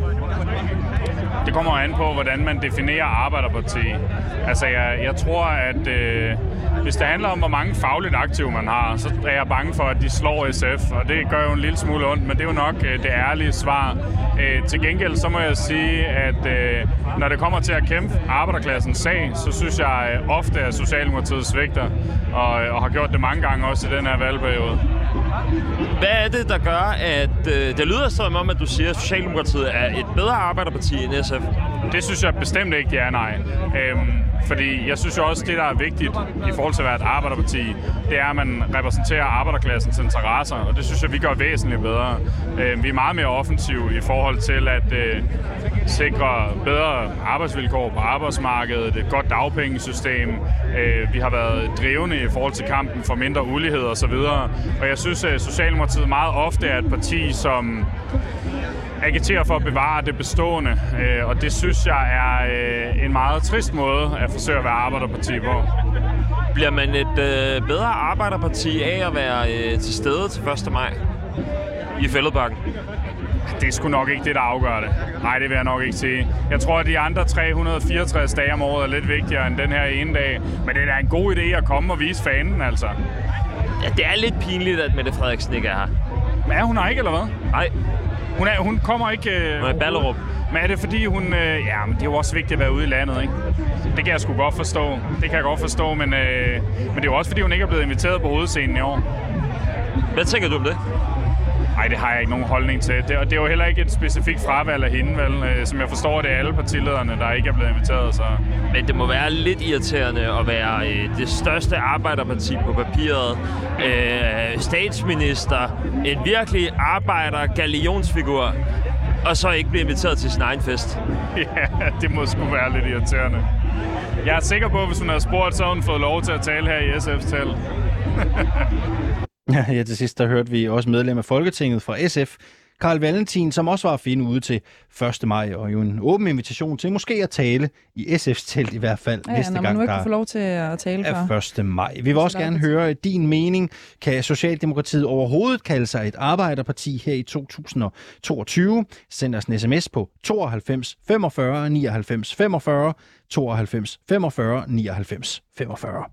Det kommer an på, hvordan man definerer arbejderparti. Altså, jeg, jeg tror, at øh, hvis det handler om, hvor mange fagligt aktive man har, så er jeg bange for, at de slår S F, og det gør jo en lille smule ondt, men det er jo nok øh, det ærlige svar. Øh, til gengæld, så må jeg sige, at øh, når det kommer til at kæmpe arbejderklassens sag, så synes jeg øh, ofte, at Socialdemokratiet svigter, og, og har gjort det mange gange også i den her valgperiode. Hvad er det, der gør, at øh, det lyder som om, at du siger, at Socialdemokratiet er et bedre arbejderparti end S F? Det synes jeg bestemt ikke, det er, nej. Øhm, fordi jeg synes jo også, det der er vigtigt i forhold til at være et arbejderparti, det er, at man repræsenterer arbejderklassens interesser, og det synes jeg, vi gør væsentligt bedre. Øhm, vi er meget mere offensive i forhold til at øh, sikre bedre arbejdsvilkår på arbejdsmarkedet, et godt dagpengesystem. Øh, vi har været drivende i forhold til kampen for mindre ulighed osv. Og jeg synes, at Socialdemokratiet meget ofte er et parti, som agiterer for at bevare det bestående, øh, og det synes jeg er øh, en meget trist måde at forsøge at være arbejderparti på. Bliver man et øh, bedre arbejderparti af at være øh, til stede til første maj i Fælledparken? Det er sgu nok ikke det, der afgør det. Nej, det vil jeg nok ikke sige. Jeg tror, at de andre tre hundrede og fireogtres dage om året er lidt vigtigere end den her ene dag, men det er da en god idé at komme og vise fanen, altså. Ja, det er lidt pinligt, at Mette Frederiksen ikke er her. Men er hun her ikke, eller hvad? Nej. Hun, er, hun kommer ikke... Øh, hun er i Ballerup. Men er det fordi, hun... Øh, ja, men det er jo også vigtigt at være ude i landet, ikke? Det kan jeg sgu godt forstå. Det kan jeg godt forstå, men, øh, men det er jo også fordi, hun ikke er blevet inviteret på hovedscenen i år. Hvad tænker du om det? Nej, det har jeg ikke nogen holdning til. Det, og det er jo heller ikke et specifikt fravalg af hende, vel? Øh, som jeg forstår, det er alle partilederne, der ikke er blevet inviteret. Så. Men det må være lidt irriterende at være øh, det største arbejderparti på papiret. Øh, statsminister, en virkelig arbejder-galionsfigur, og så ikke blive inviteret til sin egen fest. Ja, det må sgu være lidt irriterende. Jeg er sikker på, at hvis hun havde spurgt, så havde hun fået lov til at tale her i S F's tale. Ja, til sidst der hørte vi også medlem af Folketinget fra S F, Carl Valentin, som også var at finde ude til første maj, og jo en åben invitation til måske at tale i S F's telt i hvert fald ja, næste gang, gang, der der få lov til at tale er første maj. Vi vil også gerne høre din mening. Kan Socialdemokratiet overhovedet kalde sig et arbejderparti her i to tusind og toogtyve? Send os en sms på tooghalvfems femogfyrre nioghalvfems femogfyrre, tooghalvfems femogfyrre nioghalvfems femogfyrre.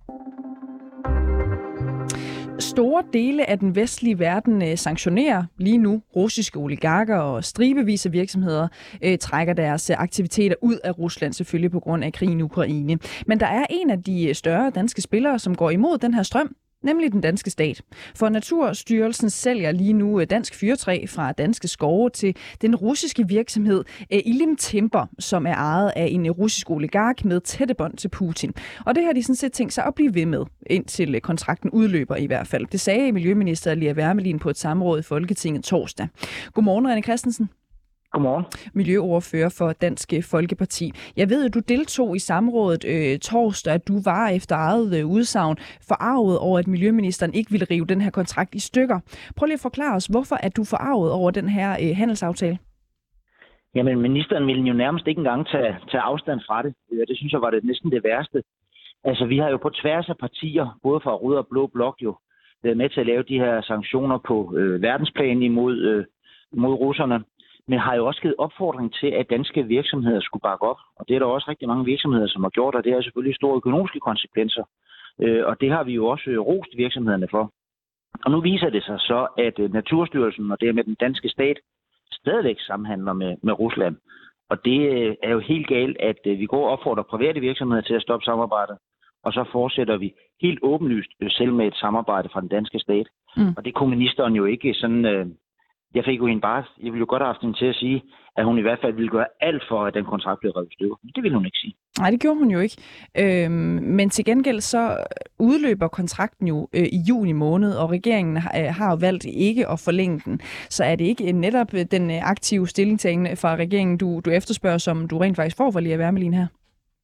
Store dele af den vestlige verden sanktionerer lige nu russiske oligarker og stribevis af virksomheder øh, trækker deres aktiviteter ud af Rusland, selvfølgelig på grund af krigen i Ukraine. Men der er en af de større danske spillere, som går imod den her strøm, nemlig den danske stat. For Naturstyrelsen sælger lige nu dansk fyrtræ fra danske skove til den russiske virksomhed Ilim Timber, som er ejet af en russisk oligark med tætte bånd til Putin. Og det har de sådan set tænkt sig at blive ved med, indtil kontrakten udløber i hvert fald. Det sagde miljøminister Lea Wermelin på et samråd i Folketinget torsdag. Godmorgen, René Christensen. Godmorgen. Miljøordfører for Dansk Folkeparti. Jeg ved, at du deltog i samrådet øh, torsdag, at du var efter eget øh, udsagn forarvet over, at miljøministeren ikke ville rive den her kontrakt i stykker. Prøv lige at forklare os, hvorfor er du forarvet over den her øh, handelsaftale? Jamen, ministeren ville jo nærmest ikke engang tage, tage afstand fra det. Det synes jeg var det næsten det værste. Altså, vi har jo på tværs af partier, både fra rød og blå blok jo, været med til at lave de her sanktioner på øh, verdensplan imod, øh, imod russerne, men har jo også givet opfordring til, at danske virksomheder skulle bakke op. Og det er der også rigtig mange virksomheder, som har gjort, og det har selvfølgelig store økonomiske konsekvenser. Øh, og det har vi jo også øh, rost virksomhederne for. Og nu viser det sig så, at øh, Naturstyrelsen og dermed den danske stat stadigvæk samhandler med, med Rusland. Og det øh, er jo helt galt, at øh, vi går og opfordrer private virksomheder til at stoppe samarbejdet, og så fortsætter vi helt åbenlyst øh, selv med et samarbejde fra den danske stat. Mm. Og det kunne ministeren jo ikke sådan... Øh, Jeg fik jo en bare, jeg ville jo godt have haft hende til at sige, at hun i hvert fald ville gøre alt for, at den kontrakt blev revet i stykker. Det ville hun ikke sige. Nej, det gjorde hun jo ikke. Øhm, men til gengæld så udløber kontrakten jo øh, i juni måned, og regeringen har, øh, har valgt ikke at forlænge den. Så er det ikke netop den aktive stillingtagen fra regeringen, du, du efterspørger, som du rent faktisk får for Lea Wermelin her?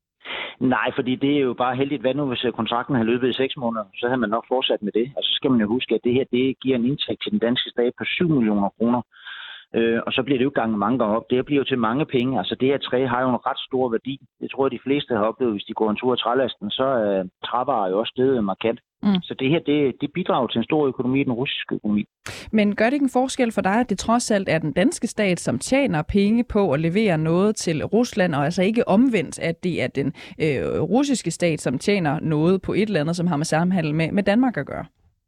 Nej, fordi det er jo bare heldigt, hvad nu, hvis kontrakten har løbet i seks måneder, så havde man nok fortsat med det. Og så skal man jo huske, at det her det giver en indtægt til den danske stat på syv millioner kroner. Øh, og så bliver det jo gange mange gange op. Det her bliver jo til mange penge. Altså det her træ har jo en ret stor værdi. Det tror jeg, de fleste har oplevet, hvis de går en tur af trælasten, så er øh, trævarer jo også steget markant. Mm. Så det her, det, det bidrager til en stor økonomi i den russiske økonomi. Men gør det ikke en forskel for dig, at det trods alt er den danske stat, som tjener penge på at levere noget til Rusland, og altså ikke omvendt, at det er den øh, russiske stat, som tjener noget på et eller andet, som har med samhandel med, med Danmark at gøre?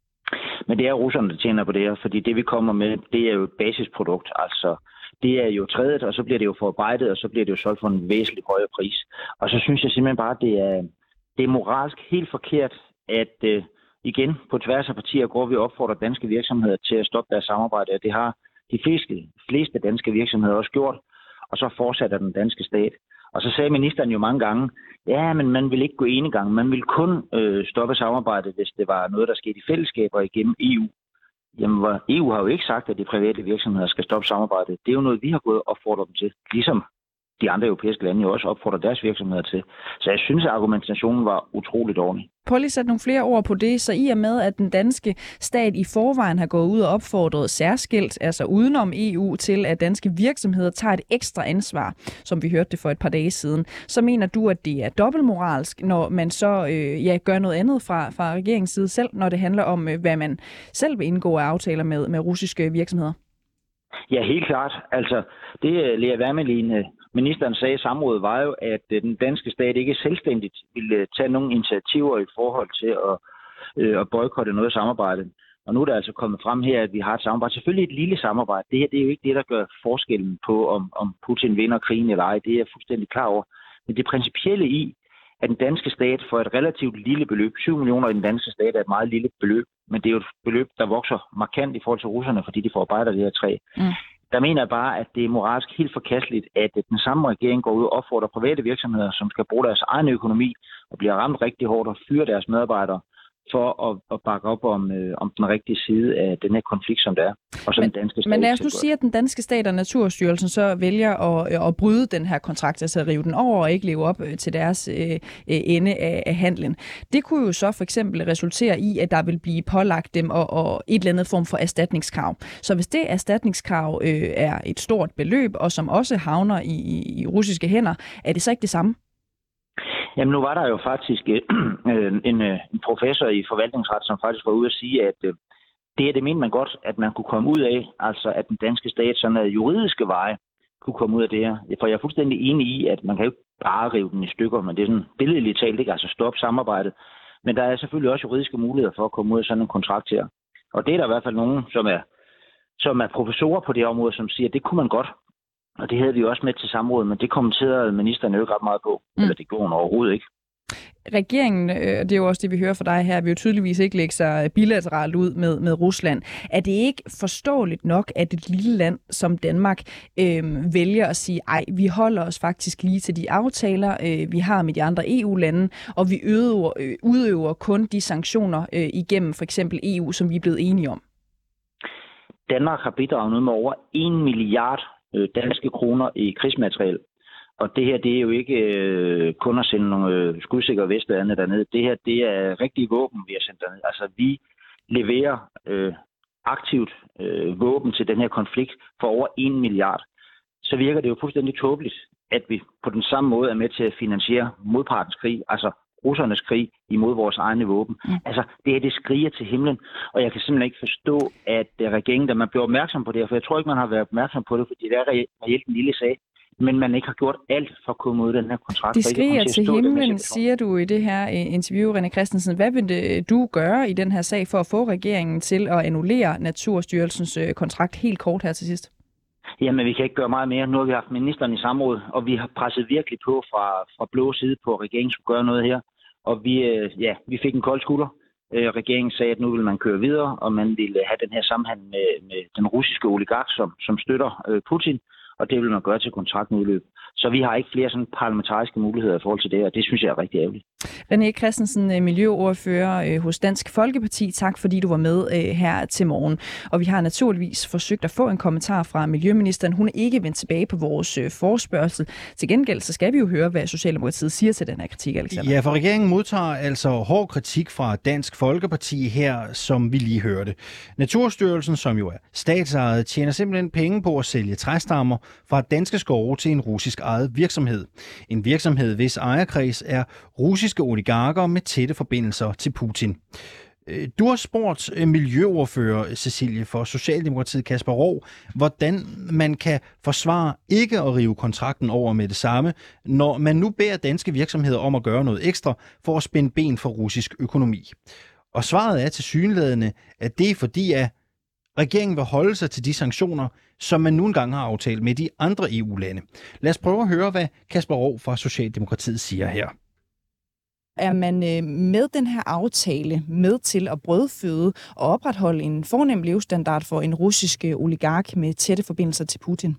Men det er russerne, der tjener på det her, fordi det vi kommer med, det er jo et basisprodukt. Altså, det er jo trædet, og så bliver det jo forarbejdet, og så bliver det jo solgt for en væsentlig højere pris. Og så synes jeg simpelthen bare, at det er, det er moralsk helt forkert, at øh, igen på tværs af partier går vi og opfordrer danske virksomheder til at stoppe deres samarbejde. Det har de fleste, fleste danske virksomheder også gjort, og så fortsætter den danske stat. Og så sagde ministeren jo mange gange, ja, men man vil ikke gå enegang. Man vil kun øh, stoppe samarbejdet, hvis det var noget, der skete i fællesskaber igennem E U. Jamen, E U har jo ikke sagt, at de private virksomheder skal stoppe samarbejdet. Det er jo noget, vi har gået og opfordret dem til, ligesom de andre europæiske lande jo også opfordrer deres virksomheder til. Så jeg synes, at argumentationen var utroligt dårlig. Prøv lige at sætte nogle flere ord på det, så i og med, at den danske stat i forvejen har gået ud og opfordret særskilt, altså udenom E U, til at danske virksomheder tager et ekstra ansvar, som vi hørte det for et par dage siden, så mener du, at det er dobbeltmoralsk, når man så øh, ja, gør noget andet fra, fra regeringens side selv, når det handler om, øh, hvad man selv vil indgå af aftaler med, med russiske virksomheder? Ja, helt klart. Altså, det Lea Wermelin, ministeren sagde i samrådet, var jo, at den danske stat ikke selvstændigt ville tage nogle initiativer i forhold til at, øh, at boykotte noget samarbejde. Og nu er der altså kommet frem her, at vi har et samarbejde. Selvfølgelig et lille samarbejde. Det her det er jo ikke det, der gør forskellen på, om, om Putin vinder krigen eller ej. Det er jeg fuldstændig klar over. Men det principielle i, at den danske stat får et relativt lille beløb, syv millioner i den danske stat er et meget lille beløb, men det er jo et beløb, der vokser markant i forhold til russerne, fordi de forarbejder det her træ. Mm. Der mener jeg bare, at det er moralsk helt forkasteligt, at den samme regering går ud og opfordrer private virksomheder, som skal bruge deres egen økonomi og bliver ramt rigtig hårdt og fyre deres medarbejdere, for at, at bakke op om, øh, om den rigtige side af den her konflikt, som det er. Og som men, den danske stat, men lad os nu sige, at den danske stat og Naturstyrelsen så vælger at, at bryde den her kontrakt, altså at rive den over og ikke leve op til deres øh, ende af, af handlen. Det kunne jo så for eksempel resultere i, at der vil blive pålagt dem og, og et eller andet form for erstatningskrav. Så hvis det erstatningskrav øh, er et stort beløb, og som også havner i, i, i russiske hænder, er det så ikke det samme? Jamen nu var der jo faktisk øh, en, en professor i forvaltningsret, som faktisk var ude at sige, at øh, det her, det mente man godt, at man kunne komme ud af, altså at den danske stat sådan af juridiske veje kunne komme ud af det her. For jeg er fuldstændig enig i, at man kan jo ikke bare rive den i stykker, men det er sådan billedligt talt, ikke? Altså stoppe samarbejdet. Men der er selvfølgelig også juridiske muligheder for at komme ud af sådan en kontrakt her. Og det er der i hvert fald nogen, som er, som er professorer på det område, som siger, at det kunne man godt. Og det havde vi også med til samrådet, men det kommenterede ministeren jo ikke ret meget på. Mm. Eller det gjorde hun overhovedet ikke. Regeringen, og det er jo også det, vi hører fra dig her, vil jo tydeligvis ikke lægge sig bilateralt ud med, med Rusland. Er det ikke forståeligt nok, at et lille land som Danmark øh, vælger at sige, ej, vi holder os faktisk lige til de aftaler, øh, vi har med de andre E U-lande, og vi udøver, øh, udøver kun de sanktioner øh, igennem for eksempel E U, som vi er blevet enige om? Danmark har bidraget nu med over en milliard øh, danske kroner i krigsmateriel. Og det her, det er jo ikke øh, kun at sende nogle øh, skudsikre veste og andet dernede. Det her, det er rigtige våben, vi har sendt dernede. Altså, vi leverer øh, aktivt øh, våben til den her konflikt for over en milliard. Så virker det jo fuldstændig tåbeligt, at vi på den samme måde er med til at finansiere modpartens krig, altså russernes krig imod vores egne våben. Mm. Altså, det her, det skriger til himlen, og jeg kan simpelthen ikke forstå, at regeringen, da man blev opmærksom på det her, for jeg tror ikke, man har været opmærksom på det, fordi det er reelt en lille sag, men man ikke har gjort alt for at komme ud af den her kontrakt. Det skriger til, til himlen, siger du i det her interview, René Christensen. Hvad vil det, du gøre i den her sag for at få regeringen til at annullere Naturstyrelsens kontrakt helt kort her til sidst? Jamen, vi kan ikke gøre meget mere. Nu har vi haft ministeren i samråd, og vi har presset virkelig på fra, fra blå side på, at regeringen skulle gøre noget her. Og vi, ja, vi fik en kold skulder. Regeringen sagde, at nu vil man køre videre, og man ville have den her sammenhæng med, med den russiske oligark, som, som støtter Putin. Og det vil man gøre til kontrakten udløb. Så vi har ikke flere sådan parlamentariske muligheder i forhold til det, og det synes jeg er rigtig ærgerligt. René Christensen, miljøordfører hos Dansk Folkeparti. Tak fordi du var med her til morgen. Og vi har naturligvis forsøgt at få en kommentar fra miljøministeren. Hun er ikke vendt tilbage på vores forespørgsel. Til gengæld så skal vi jo høre, hvad Socialdemokratiet siger til den her kritik, Alexander. Ja, for regeringen modtager altså hård kritik fra Dansk Folkeparti her, som vi lige hørte. Naturstyrelsen, som jo er statsejet, tjener simpelthen penge på at sælge træstammer fra danske skove til en russisk ejet virksomhed. En virksomhed, hvis ejerkreds er russiske oligarker med tætte forbindelser til Putin. Du har spurgt miljøordfører Cecilie for Socialdemokratiet Kasper Roug, hvordan man kan forsvare ikke at rive kontrakten over med det samme, når man nu beder danske virksomheder om at gøre noget ekstra for at spænde ben for russisk økonomi. Og svaret er tilsyneladende, at det er fordi, at regeringen vil holde sig til de sanktioner, som man nu engang har aftalt med de andre E U-lande. Lad os prøve at høre, hvad Kasper Roug fra Socialdemokratiet siger her. Er man med den her aftale med til at brødføde og opretholde en fornem levestandard for en russisk oligark med tætte forbindelser til Putin?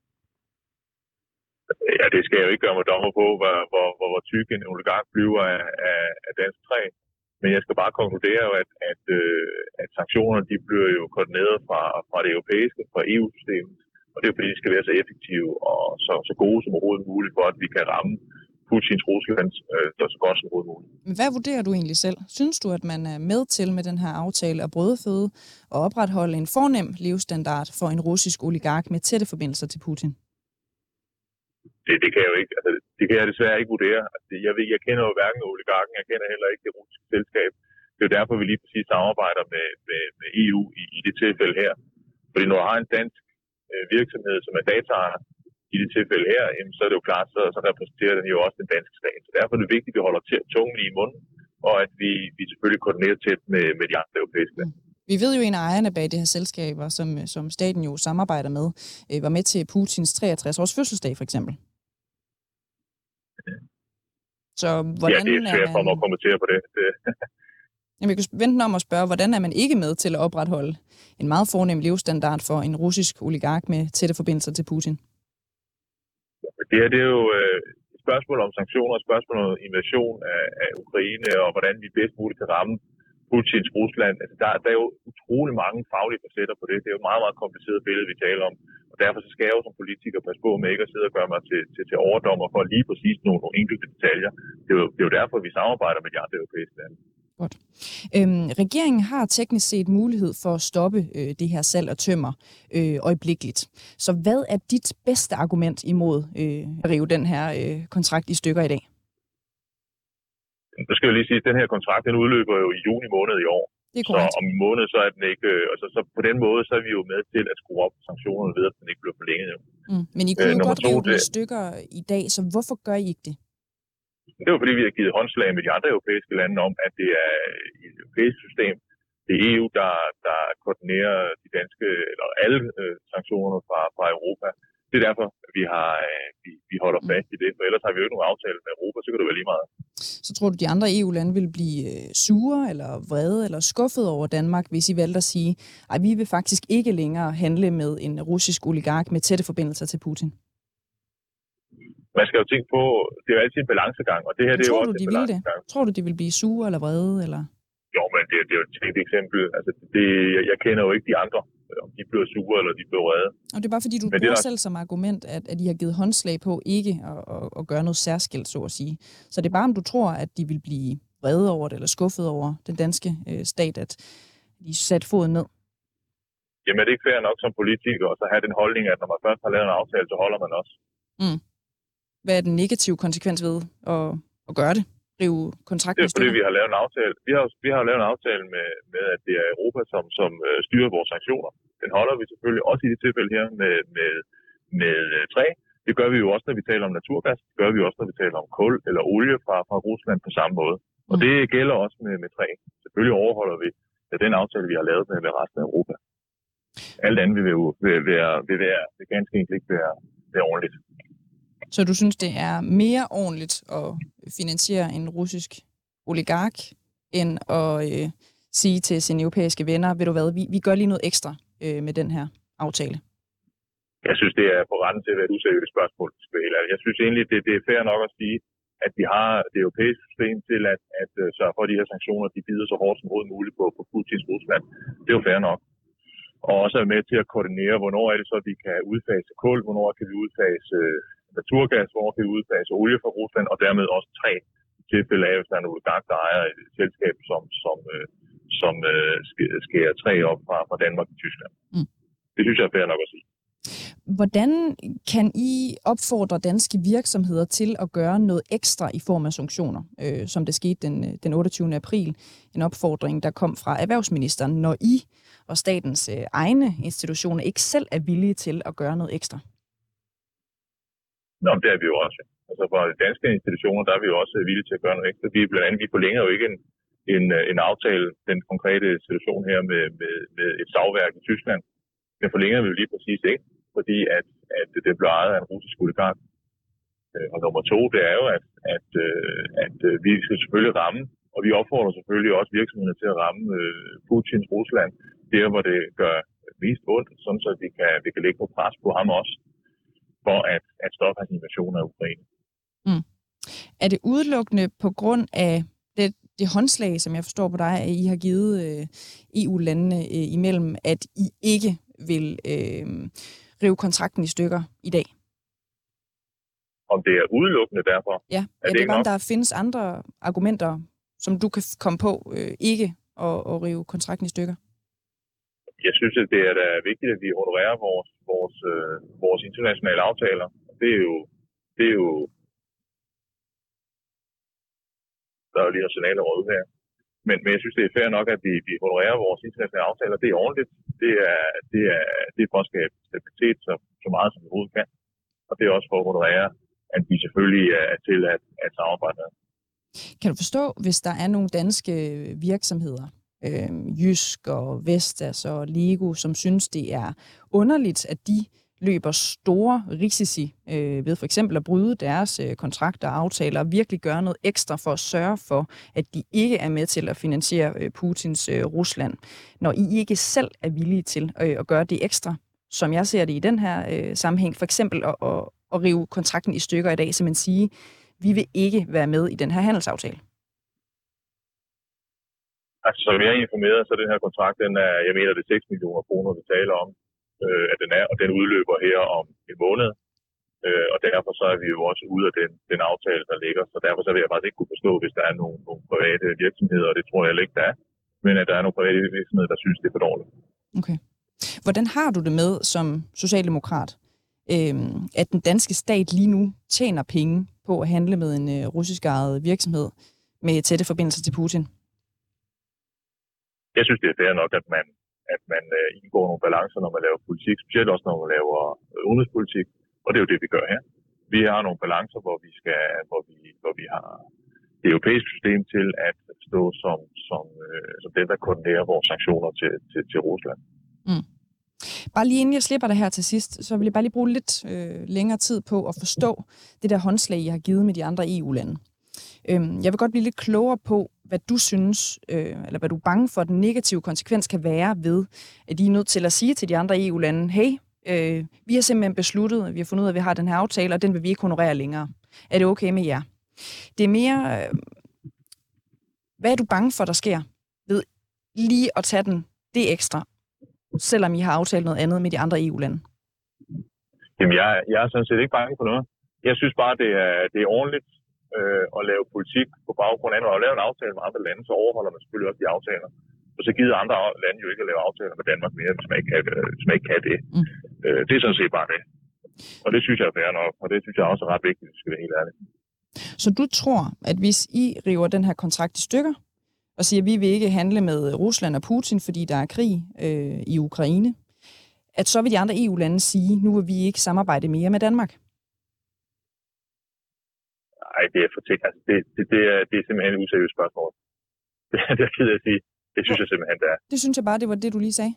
Ja, det skal jeg jo ikke gøre mig dommer på, hvor, hvor, hvor, hvor tyk en oligark bliver af, af, af dansk træ. Men jeg skal bare konkludere, at, at, at sanktionerne de bliver jo koordineret fra, fra det europæiske, fra E U-systemet. Og det er jo fordi, de skal være så effektive og så, så gode som overhovedet muligt, for at vi kan ramme Putins Rusland øh, så godt som overhovedet muligt. Hvad vurderer du egentlig selv? Synes du, at man er med til med den her aftale at brødføde og opretholde en fornem levestandard for en russisk oligark med tætte forbindelser til Putin? Det, det kan jeg jo ikke. Altså, det kan jeg desværre ikke vurdere. Altså, jeg, ved, jeg kender jo hverken oligarken, jeg kender heller ikke det russiske selskab. Det er jo derfor, vi lige præcis samarbejder med, med, med E U i, i det tilfælde her. Fordi når du har en dansk øh, virksomhed, som er dataejer i det tilfælde her, jamen, så er det jo klart, så, så repræsenterer den jo også den danske stat. Så derfor er det vigtigt, at vi holder tungen i munden, og at vi, vi selvfølgelig koordinerer tæt med, med de andre europæiske lande. Vi ved jo, at en af ejerne bag det her selskaber, som, som staten jo samarbejder med, øh, var med til Putins treogtres års fødselsdag, for eksempel. Så hvordan ja, det er svært for mig at kommentere på det. det. Jamen, vi kan vente om at spørge, hvordan er man ikke med til at opretholde en meget fornem levestandard for en russisk oligark med tætte forbindelser til Putin? Det her det er jo øh, et spørgsmål om sanktioner, et spørgsmål om invasion af, af Ukraine, og hvordan vi bedst muligt kan ramme Putins Rusland. Altså, der, der er jo utrolig mange faglige facetter på det. Det er jo et meget, meget kompliceret billede, vi taler om. Og derfor så skal jeg jo som politiker passe på med ikke at sidde og gøre mig til, til, til overdommer for lige præcis nogle, nogle enkelte detaljer. Det er, jo, det er jo derfor, vi samarbejder med de andre europæiske lande. Godt. Øhm, regeringen har teknisk set mulighed for at stoppe øh, det her salg af tømmer øh, øjeblikkeligt. Så hvad er dit bedste argument imod øh, at rive den her øh, kontrakt i stykker i dag? Nu skal jeg lige sige, at den her kontrakt den udløber jo i juni måned i år. Så om en måned, så er den ikke... Altså, så på den måde, så er vi jo med til at skrue op sanktionerne ved, at den ikke bliver forlænget. Mm. Men I kunne øh, godt rive den i stykker i dag, så hvorfor gør I ikke det? Det er jo fordi, vi har givet håndslag med de andre europæiske lande om, at det er i det europæiske system, det er E U, der, der koordinerer de danske, eller alle øh, sanktioner fra, fra Europa. Det er derfor, vi, har, øh, vi, vi holder fast i det, for ellers har vi jo ikke nogen aftale med Europa, så kan det være lige meget. Så tror du, de andre E U-lande vil blive sure, eller vrede, eller skuffet over Danmark, hvis I valgte at sige, at vi vil faktisk ikke længere handle med en russisk oligark med tætte forbindelser til Putin? Man skal jo tænke på, det er jo altid en balancegang, og det her det er jo også du, de en balancegang. Det? Tror du, de vil blive sure eller vrede? Eller? Jo, men det, det er jo et eksempel. Altså, det, jeg, jeg kender jo ikke de andre om de bliver sure eller de bliver vrede. Og det er bare fordi, du Men bruger der... selv som argument, at, at I har givet håndslag på ikke at, at, at gøre noget særskilt, så at sige. Så det er bare, om du tror, at de vil blive vrede over det, eller skuffet over den danske øh, stat, at de satte foden ned? Jamen, er det ikke fair nok som politiker at have den holdning, at når man først har lavet en aftale, så holder man også? Mm. Hvad er den negative konsekvens ved at, at gøre det? Rive kontrakten i stykker? Det er fordi, vi har lavet en aftale. Vi har, vi har lavet en aftale med, med, at det er Europa, som, som uh, styrer vores sanktioner. Den holder vi selvfølgelig også i det tilfælde her med, med, med uh, træ. Det gør vi jo også, når vi taler om naturgas. Det gør vi også, når vi taler om kul eller olie fra, fra Rusland på samme måde. Mm. Og det gælder også med, med træ. Selvfølgelig overholder vi den aftale, vi har lavet med, med resten af Europa. Alt andet vil, jo, vil, være, vil, være, vil ganske enkelt ikke være, være ordentligt. Så du synes, det er mere ordentligt at finansiere en russisk oligark, end at øh, sige til sine europæiske venner, ved du hvad, vi, vi gør lige noget ekstra øh, med den her aftale? Jeg synes, det er på randen til at være et useriøst spørgsmål. Jeg synes egentlig, det, det er fair nok at sige, at vi har det europæiske system til at, at, at sørge for, at de her sanktioner, de bider så hårdt som overhovedet muligt på, på Putins Rusland. Det er jo fair nok. Og også er med til at koordinere, hvornår er det så, at vi kan udfase kul, hvornår kan vi udfase naturgas, hvornår kan vi udfase olie fra Rusland, og dermed også træ i tilfælde af, hvis der er en oligark, der ejer et selskab, som, som, som skærer træ op fra, fra Danmark til Tyskland. Mm. Det synes jeg er fair nok at sige. Hvordan kan I opfordre danske virksomheder til at gøre noget ekstra i form af sanktioner, øh, som det skete den, den otteogtyvende april? En opfordring, der kom fra erhvervsministeren, når I og statens øh, egne institutioner ikke selv er villige til at gøre noget ekstra? Nå, det er vi jo også. Altså for de danske institutioner, der er vi jo også villige til at gøre noget ekstra. Vi blandt andet, vi forlænger jo ikke en, en, en aftale, den konkrete situation her med, med, med et savværk i Tyskland. Den forlænger vi jo lige præcis ikke, fordi at, at det bliver ejet af en russisk oligark. Og nummer to, det er jo, at, at, at, at vi skal selvfølgelig ramme, og vi opfordrer selvfølgelig også virksomhederne til at ramme Putins Rusland, der hvor det gør mest ondt, sådan så vi kan, vi kan lægge på pres på ham også, for at, at stoppe hans invasion af Ukraine. Mm. Er det udelukkende på grund af det, det håndslag, som jeg forstår på dig, at I har givet øh, E U-landene øh, imellem, at I ikke vil øh, rive kontrakten i stykker i dag? Om det er udelukkende derfor? Ja, er, er det, det bare, om der findes andre argumenter, som du kan komme på øh, ikke at, at rive kontrakten i stykker? Jeg synes, at det er da vigtigt, at vi honorerer vores, vores, øh, vores internationale aftaler. Det er jo, det er jo der er jo lige signaler ud her. Men, men jeg synes, det er fair nok, at vi, vi honorerer vores internationale aftaler. Det er ordentligt. Det er, det er, det er for at skabe stabilitet så, så meget, som vi overhovedet kan. Og det er også for at honorere, at vi selvfølgelig er til at, at samarbejde med. Kan du forstå, hvis der er nogle danske virksomheder, øh, Jysk og Vestas og Lego, som synes, det er underligt, at de løber store risici øh, ved for eksempel at bryde deres øh, kontrakter og aftaler og virkelig gøre noget ekstra for at sørge for, at de ikke er med til at finansiere øh, Putins øh, Rusland, når I ikke selv er villige til øh, at gøre det ekstra, som jeg ser det i den her øh, sammenhæng, for eksempel at, at, at rive kontrakten i stykker i dag, så man siger, vi vil ikke være med i den her handelsaftale. Altså, som jeg er informeret, så den her kontrakt, den er, jeg mener, det er seks millioner kroner, vi taler om, øh, at den er, og den udløber her om en måned. Øh, og derfor så er vi jo også ude af den, den aftale, der ligger. Så derfor så vil jeg faktisk ikke kunne forstå, hvis der er nogle, nogle private virksomheder, og det tror jeg heller ikke, der er, men at der er nogle private virksomheder, der synes, det er for dårligt. Okay. Hvordan har du det med som socialdemokrat, øh, at den danske stat lige nu tjener penge på at handle med en øh, russisk ejet virksomhed med tætte forbindelser til Putin? Jeg synes, det er fair nok, at man, at man uh, indgår nogle balancer, når man laver politik, specielt også når man laver uh, udenrigspolitik, og det er jo det, vi gør her. Vi har nogle balancer, hvor vi skal, hvor vi, hvor vi har det europæiske system til at stå som, som, uh, som den, der koordinerer vores sanktioner til, til, til Rusland. Mm. Bare lige inden jeg slipper det her til sidst, så vil jeg bare lige bruge lidt øh, længere tid på at forstå det der håndslag, I har givet med de andre E U-lande. Jeg vil godt blive lidt klogere på, hvad du synes, øh, eller hvad du er bange for, at den negative konsekvens kan være ved, at I er nødt til at sige til de andre E U-lande, hey, øh, vi har simpelthen besluttet, vi har fundet ud af, at vi har den her aftale, og den vil vi ikke honorere længere. Er det okay med jer? Det er mere, øh, hvad er du bange for, der sker ved lige at tage den det ekstra, selvom I har aftalt noget andet med de andre E U-lande? Jamen, jeg, jeg er sådan set ikke bange for noget. Jeg synes bare, det er, det er ordentligt øh, at lave politik på baggrund af, når man laver en aftale med andre lande, så overholder man selvfølgelig også de aftaler. Og så gider andre lande jo ikke at lave aftaler med Danmark mere, hvis man ikke kan, hvis man ikke kan det. Mm. Øh, det er sådan set bare det. Og det synes jeg er fair nok, og det synes jeg også er ret vigtigt, hvis vi skal være helt ærlige. Så du tror, at hvis I river den her kontrakt i stykker, og siger, at vi vil ikke handle med Rusland og Putin, fordi der er krig øh, i Ukraine, at så vil de andre E U-lande sige, nu vil vi ikke samarbejde mere med Danmark? Nej, det er for tænkt. Altså, det, det, det, er, det er simpelthen et useriøst spørgsmål. Det, det er jeg ked af at sige. Det synes jeg simpelthen, det er. Det synes jeg bare, det var det, du lige sagde.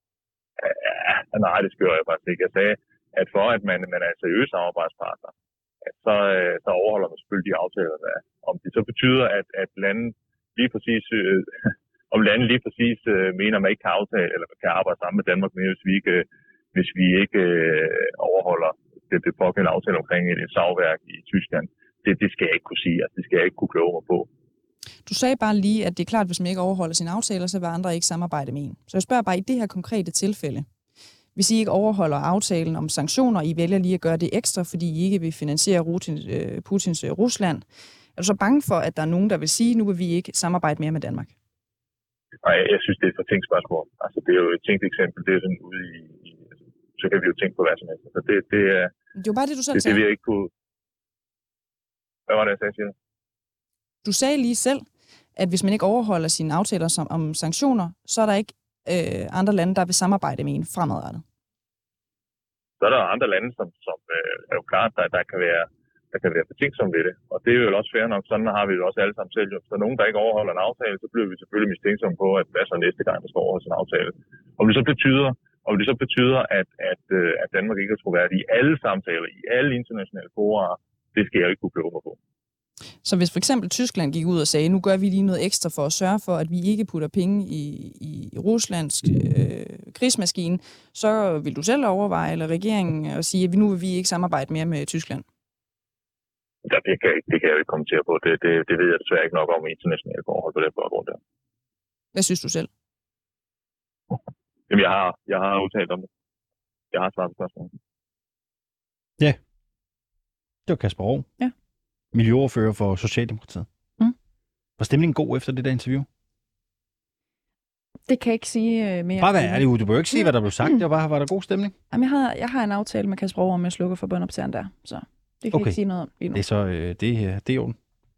Ja, nej, det skører jeg faktisk ikke. Jeg sagde, at for at man, man er en seriøs samarbejdspartner, at så, så overholder man selvfølgelig de aftaler, der er. Om det så betyder, at, at lande lige præcis, øh, om lande lige præcis øh, mener, at man ikke kan aftale, eller kan arbejde sammen med Danmark mere, hvis vi ikke, hvis vi ikke øh, overholder det, det pågældende aftale omkring et savværk i Tyskland. Det, det skal jeg ikke kunne sige, altså, det skal jeg ikke kunne kloge mig på. Du sagde bare lige, at det er klart, at hvis man ikke overholder sine aftaler, så vil andre ikke samarbejde med en. Så jeg spørger bare, i det her konkrete tilfælde, hvis I ikke overholder aftalen om sanktioner, I vælger lige at gøre det ekstra, fordi I ikke vil finansiere Putins Rusland, er du så bange for, at der er nogen, der vil sige, nu vil vi ikke samarbejde mere med Danmark? Nej, jeg synes, det er et for tænkt spørgsmål. Altså, det er jo et tænkt eksempel. Det er sådan ude i... i så kan vi jo tænke på hvad som helst. Så det, det, er, det var bare det, du selv det, sagde. Det vil jeg ikke kunne... Hvad var det, jeg sagde, siger? Du sagde lige selv, at hvis man ikke overholder sine aftaler som, om sanktioner, så er der ikke øh, andre lande, der vil samarbejde med en fremadrettet. Så er der andre lande, som, som øh, er jo klart, der, der kan være der kan være betænksomme ved det. Og det er jo også fair nok. Sådan har vi jo også alle sammen selv. Så nogen, der ikke overholder en aftale, så bliver vi selvfølgelig mistænksomme på, at hvad så næste gang, der skal overholde en aftale. Om det så betyder, om det så betyder at, at, at Danmark ikke er troværdig i alle samtaler, i alle internationale fora, det skal jeg ikke kunne kloge mig på. Så hvis for eksempel Tyskland gik ud og sagde, nu gør vi lige noget ekstra for at sørge for, at vi ikke putter penge i, i Ruslands øh, krigsmaskine, så vil du selv overveje, eller regeringen, og sige, at nu vil vi ikke samarbejde mere med Tyskland? Ja, det, kan jeg, det kan jeg jo ikke kommentere på. Det, det, det ved jeg desværre ikke nok om i internationale forhold på den baggrund der. Hvad synes du selv? Jamen, jeg har, jeg har udtalt om det. Jeg har svaret på spørgsmålet. Ja. Det var Kasper Roug. Ja. Miljøordfører for Socialdemokratiet. Mm. Var stemningen god efter det der interview? Det kan jeg ikke sige mere. Bare hvad er det? Du bør ikke sige, hvad der blev sagt. Det var bare, var der god stemning? Jamen, jeg har, jeg har en aftale med Kasper Roug om, at jeg slukker for båndoptageren der, så det kan okay. jeg ikke sige noget om lige nu. Det er så, øh, det, det er jo.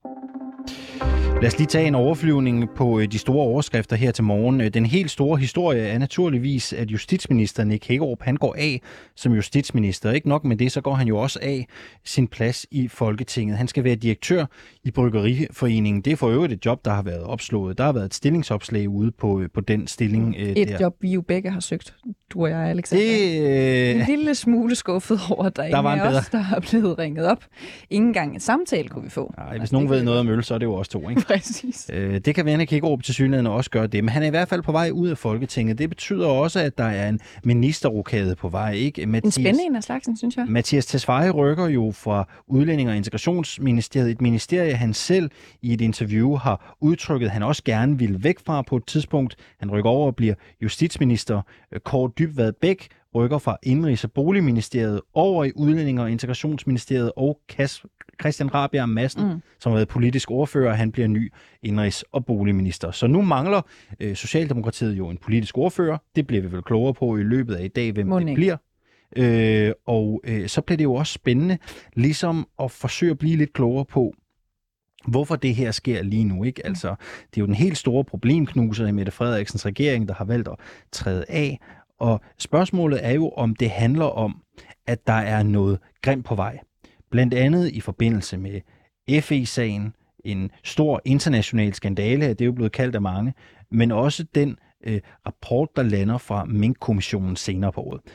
Lad os lige tage en overflyvning på de store overskrifter her til morgen. Den helt store historie er naturligvis, at justitsminister Nick Hækkerup, han går af som justitsminister. Ikke nok med det, så går han jo også af sin plads i Folketinget. Han skal være direktør i Bryggeriforeningen. Det er for øvrigt et job, der har været opslået. Der har været et stillingsopslag ude på, på den stilling. Et der. Job, vi jo begge har søgt, du og jeg, Alexander. Det, øh... En lille smule skuffet over, at der, der ingen af os, der har blevet ringet op. Ingen gang en samtale kunne vi få. Nej, hvis altså, nogen ved noget om øl, så er det jo også to, ikke? Præcis. Øh, det kan være, at Hækkerup til synligheden også gør det, men han er i hvert fald på vej ud af Folketinget. Det betyder også, at der er en ministerrokade på vej, ikke? Mathias, en spændende en af slagsen, synes jeg. Mathias Tesfaye rykker jo fra Udlænding- og Integrationsministeriet, et ministerie, han selv i et interview har udtrykket, han også gerne vil væk fra på et tidspunkt. Han rykker over og bliver justitsminister. Kaare Dybvad Bek rykker fra Indenrigs- og Boligministeriet over i Udlænding- og Integrationsministeriet, og Kas Christian Rabjerg Madsen, mm. som har været politisk ordfører, han bliver ny indenrigs- og boligminister. Så nu mangler øh, Socialdemokratiet jo en politisk ordfører. Det bliver vi vel klogere på i løbet af i dag, hvem Monik. det bliver. Øh, og øh, så bliver det jo også spændende, ligesom at forsøge at blive lidt klogere på, hvorfor det her sker lige nu, ikke? Altså, det er jo den helt store problemknuser i Mette Frederiksens regering, der har valgt at træde af. Og spørgsmålet er jo, om det handler om, at der er noget grimt på vej. Blandt andet i forbindelse med F E-sagen, en stor international skandale, det er jo blevet kaldt af mange, men også den øh, rapport, der lander fra Mink-kommissionen senere på året.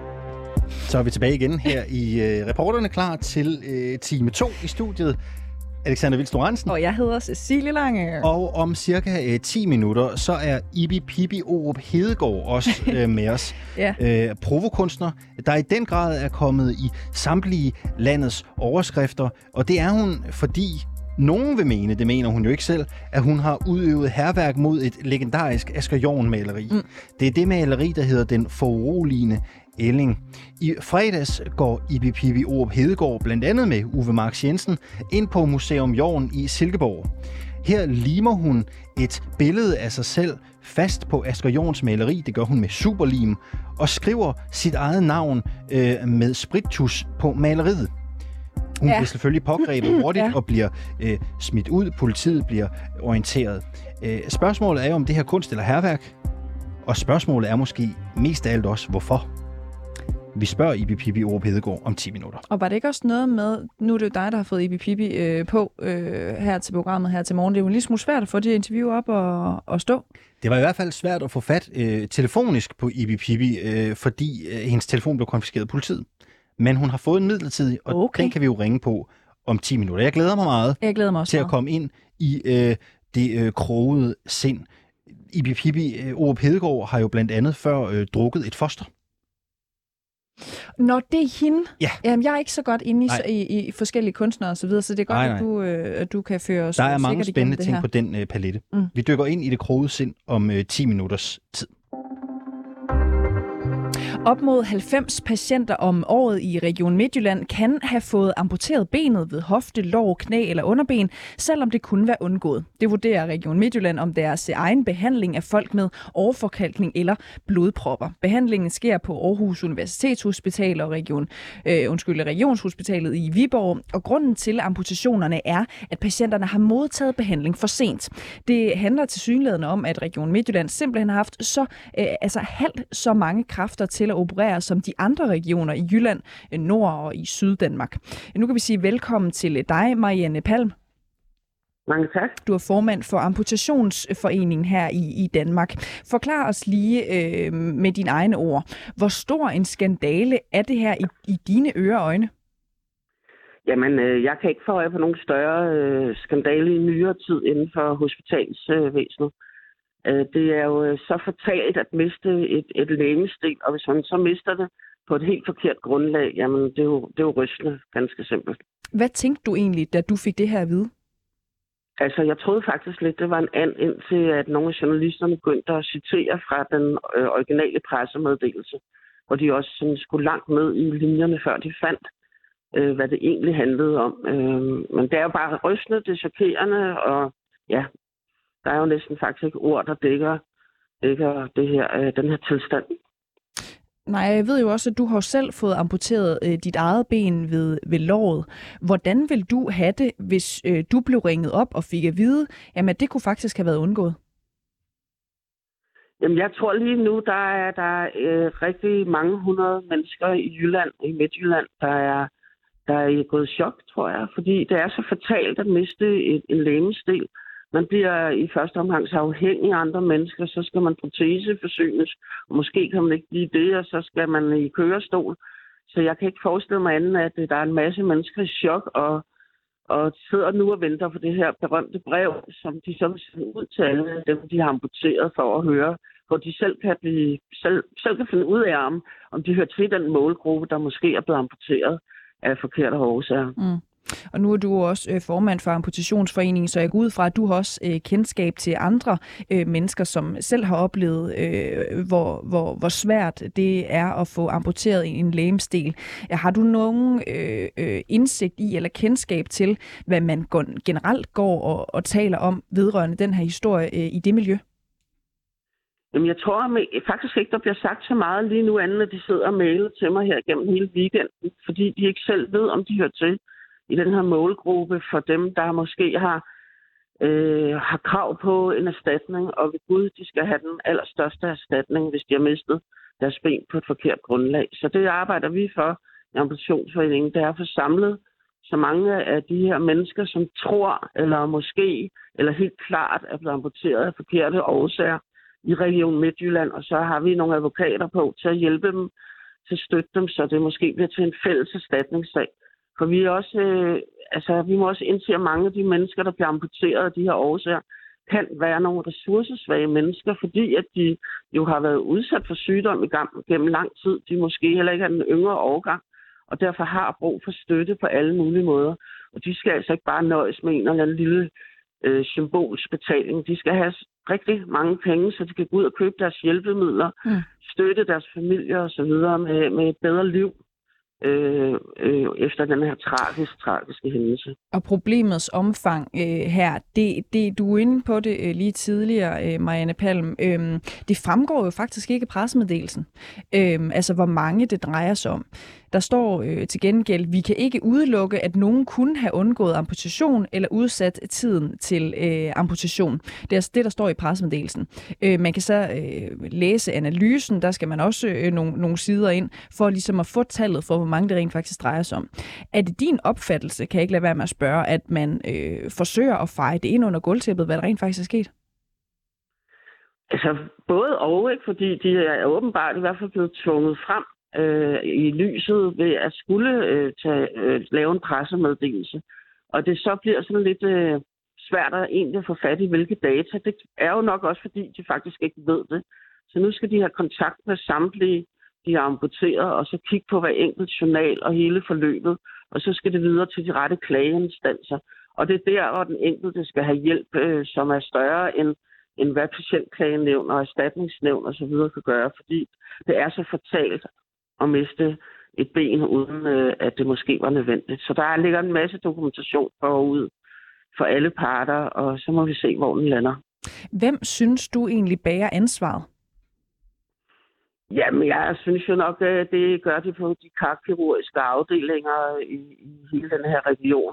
Så er vi tilbage igen her i øh, Reporterne, klar til øh, time to i studiet. Alexander Vilst Lorentzen. Og jeg hedder Cecilie Lange. Og om cirka øh, ti minutter, så er Ibi Pippi Aarup Hedegaard også øh, med os. Ja. Øh, provokunstner, der i den grad er kommet i samtlige landets overskrifter. Og det er hun, fordi nogen vil mene, det mener hun jo ikke selv, at hun har udøvet hærværk mod et legendarisk Asger Jorn-maleri. Mm. Det er det maleri, der hedder Den foruroligende ælling. I fredags går Ibi Pippi Aarup Hedegaard blandt andet med Uwe Marx Jensen ind på Museum Jorn i Silkeborg. Her limer hun et billede af sig selv fast på Asger Jorns maleri, det gør hun med superlim, og skriver sit eget navn øh, med sprittus på maleriet. Hun ja. bliver selvfølgelig pågrebet hurtigt ja. og bliver øh, smidt ud. Politiet bliver orienteret. Øh, spørgsmålet er jo, om det her kunst eller hærværk. Og spørgsmålet er måske mest af alt også, hvorfor. Vi spørger Ibi Pippi Aarup Hedegaard om ti minutter. Og var det ikke også noget med, nu er det jo dig, der har fået Ibi Pippi øh, på øh, her til programmet her til morgen. Det er jo en lille smule svært at få det interview op og, og stå. Det var i hvert fald svært at få fat øh, telefonisk på Ibi Pippi, øh, fordi øh, hendes telefon blev konfiskeret af politiet. Men hun har fået en midlertidig, og okay. den kan vi jo ringe på om ti minutter. Jeg glæder mig meget Jeg glæder mig også til meget. at komme ind i øh, det øh, krogede sind. Ibi Pippi øh, Aarup Hedegaard har jo blandt andet før øh, drukket et foster. Når det er hende? Ja. Jamen, jeg er ikke så godt inde i, i, i forskellige kunstnere og så videre, så det er godt, nej, nej. At, du, øh, at du kan føre os. Der er mange spændende ting på den øh, palette. Mm. Vi dykker ind i det krogede sind om øh, ti minutters tid. Op mod halvfems patienter om året i Region Midtjylland kan have fået amputeret benet ved hofte, lår, knæ eller underben, selvom det kunne være undgået. Det vurderer Region Midtjylland om deres egen behandling af folk med overforkalkning eller blodpropper. Behandlingen sker på Aarhus Universitetshospital og region, øh, undskyld, Regionshospitalet i Viborg, og grunden til amputationerne er, at patienterne har modtaget behandling for sent. Det handler tilsyneladende om, at Region Midtjylland simpelthen har haft så, øh, altså halvt så mange kræfter til at operere som de andre regioner i Jylland, Nord og i Syddanmark. Nu kan vi sige velkommen til dig, Marianne Palm. Mange tak. Du er formand for Amputationsforeningen her i, i Danmark. Forklar os lige øh, med dine egne ord. Hvor stor en skandale er det her i, i dine øre og øjne? Jamen, øh, jeg kan ikke få øje på nogen større øh, skandale i nyere tid inden for hospitalsvæsenet. Øh, det er jo øh, så fatalt at miste et, et legemsdel, og hvis man så mister det på et helt forkert grundlag, jamen det er jo, det er jo rystende, ganske simpelt. Hvad tænkte du egentlig, da du fik det her at vide? Altså, jeg troede faktisk lidt, det var en and, indtil at nogle af journalisterne begyndte at citere fra den øh, originale pressemeddelelse, hvor de også sådan skulle langt ned i linjerne, før de fandt, øh, hvad det egentlig handlede om. Øh, men det er jo bare rystende, det er chokerende, og ja, der er jo næsten faktisk ikke ord, der dækker, dækker det her, øh, den her tilstand. Nej, jeg ved jo også, at du har selv fået amputeret øh, dit eget ben ved, ved låret. Hvordan vil du have det, hvis øh, du blev ringet op og fik at vide, jamen, at det kunne faktisk have været undgået? Jamen, jeg tror lige nu, der er der øh, rigtig mange hundrede mennesker i Jylland, i Midtjylland, der er, der er gået i chok, tror jeg. Fordi det er så fatalt at miste et, en legemsdel. Man bliver i første omgang så afhængig af andre mennesker, så skal man proteseforsynes, og måske kan man ikke blive det, og så skal man i kørestol. Så jeg kan ikke forestille mig andet, at der er en masse mennesker i chok, og, og sidder nu og venter på det her berømte brev, som de så vil sende ud til alle dem, de har amputeret for at høre, hvor de selv kan, blive, selv, selv kan finde ud af, om, om de hører til den målgruppe, der måske er blevet amputeret af forkerte årsager. Mm. Og nu er du også øh, formand for Amputationsforeningen, så jeg går ud fra, at du har også øh, kendskab til andre øh, mennesker, som selv har oplevet, øh, hvor, hvor, hvor svært det er at få amputeret en legemsdel. Har du nogen øh, øh, indsigt i eller kendskab til, hvad man generelt går og, og taler om vedrørende den her historie øh, i det miljø? Jamen, jeg tror at faktisk ikke, der bliver sagt så meget lige nu, andet at de sidder og mailer til mig her gennem hele weekenden, fordi de ikke selv ved, om de hører til i den her målgruppe for dem, der måske har, øh, har krav på en erstatning, og ved Gud, de skal have den allerstørste erstatning, hvis de har mistet deres ben på et forkert grundlag. Så det arbejder vi for i Amputationsforeningen, det er at få samlet så mange af de her mennesker, som tror, eller måske, eller helt klart er blevet amputeret af forkerte årsager i Region Midtjylland, og så har vi nogle advokater på til at hjælpe dem, til at støtte dem, så det måske bliver til en fælles erstatningssag. For vi er også, øh, altså, vi må også indse, at mange af de mennesker, der bliver amputeret af de her årsager, kan være nogle ressourcesvage mennesker, fordi at de jo har været udsat for sygdom i gang gennem lang tid. De måske heller ikke er den yngre årgang, og derfor har brug for støtte på alle mulige måder. Og de skal altså ikke bare nøjes med en eller anden lille øh, symbolsk betaling. De skal have rigtig mange penge, så de kan gå ud og købe deres hjælpemidler, mm. støtte deres familier osv. med, med et bedre liv. Øh, øh, efter den her tragisk, tragiske hændelse. Og problemets omfang øh, her, det, det, du er inde på det øh, lige tidligere, øh, Marianne Palm, øh, det fremgår jo faktisk ikke i pressemeddelelsen, øh, altså hvor mange det drejer sig om. Der står øh, til gengæld, vi kan ikke udelukke, at nogen kunne have undgået amputation eller udsat tiden til øh, amputation. Det er altså det, der står i pressemeddelelsen. Øh, man kan så øh, læse analysen, der skal man også øh, nogle, nogle sider ind, for ligesom at få tallet for, hvor mange det rent faktisk drejer sig om. Er det din opfattelse, kan jeg ikke lade være med at spørge, at man øh, forsøger at feje det ind under gulvtæppet, hvad der rent faktisk er sket? Altså både og, ikke? Fordi de er åbenbart i hvert fald blevet tvunget frem øh, i lyset ved at skulle øh, tage, øh, lave en pressemeddelelse. Og det så bliver sådan lidt øh, svært at egentlig få fat i, hvilke data. Det er jo nok også, fordi de faktisk ikke ved det. Så nu skal de have kontakt med samtlige, de har amputeret, og så kigge på hver enkelt journal og hele forløbet. Og så skal det videre til de rette klageinstanser. Og det er der, hvor den enkelte skal have hjælp, øh, som er større end end hvad patientklagenævn og erstatningsnævn og så videre kan gøre, fordi det er så fatalt at miste et ben, uden øh, at det måske var nødvendigt. Så der ligger en masse dokumentation forud for alle parter, og så må vi se, hvor den lander. Hvem synes du egentlig bærer ansvaret? Jamen, jeg synes jo nok, at det gør det på de karkirurgiske afdelinger i, i hele den her region.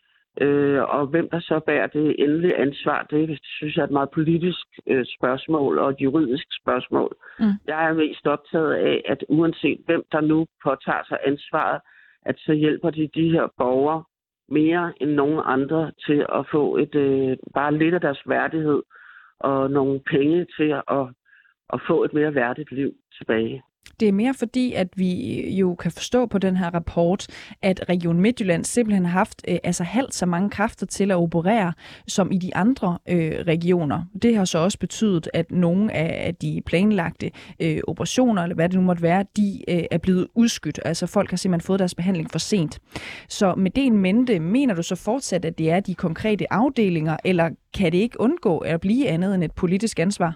Øh, og hvem der så bærer det endelige ansvar, det synes jeg er et meget politisk øh, spørgsmål og et juridisk spørgsmål. Mm. Jeg er mest optaget af, at uanset hvem der nu påtager sig ansvaret, at så hjælper de de her borgere mere end nogen andre til at få et øh, bare lidt af deres værdighed og nogle penge til at, at få et mere værdigt liv tilbage. Det er mere fordi, at vi jo kan forstå på den her rapport, at Region Midtjylland simpelthen har haft øh, altså halvt så mange kræfter til at operere, som i de andre øh, regioner. Det har så også betydet, at nogle af de planlagte øh, operationer, eller hvad det nu måtte være, de øh, er blevet udskudt. Altså folk har simpelthen fået deres behandling for sent. Så med det en mente, mener du så fortsat, at det er de konkrete afdelinger, eller kan det ikke undgå at blive andet end et politisk ansvar?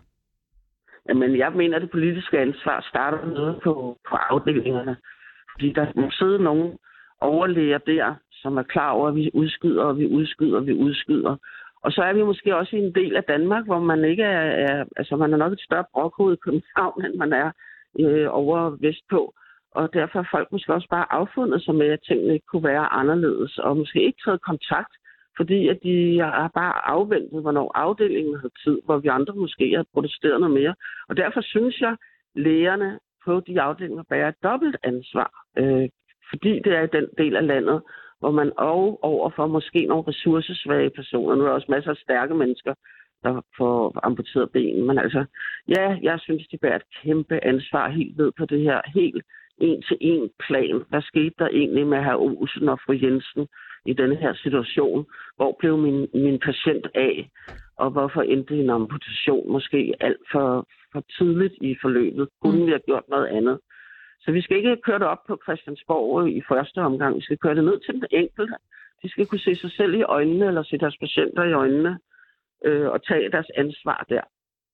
Men jeg mener, at det politiske ansvar starter nede på, på afdelingerne. Fordi der må sidde nogle overlæger der, som er klar over, at vi udskyder, og vi udskyder, og vi udskyder. Og så er vi måske også i en del af Danmark, hvor man ikke er, er altså man er nok et større brokhoved i København, end man er øh, over vestpå. Og derfor er folk måske også bare affundet sig med, at tingene ikke kunne være anderledes, og måske ikke taget kontakt, fordi at de har bare afventet, hvornår afdelingen havde tid, hvor vi andre måske har protesteret noget mere. Og derfor synes jeg, lægerne på de afdelinger bærer et dobbelt ansvar, øh, fordi det er i den del af landet, hvor man og overfor måske nogle ressourcesvage personer. Nu er der også masser af stærke mennesker, der får amputeret benen. Men altså, ja, jeg synes, de bærer et kæmpe ansvar helt ned på det her helt en-til-en plan. Hvad skete der egentlig med herr Olsen og fru Jensen i denne her situation? Hvor blev min, min patient af? Og hvorfor endte en amputation måske alt for, for tidligt i forløbet? Kunne vi have gjort noget andet? Så vi skal ikke køre det op på Christiansborg i første omgang. Vi skal køre det ned til den enkelte. De skal kunne se sig selv i øjnene, eller se deres patienter i øjnene, øh, og tage deres ansvar der.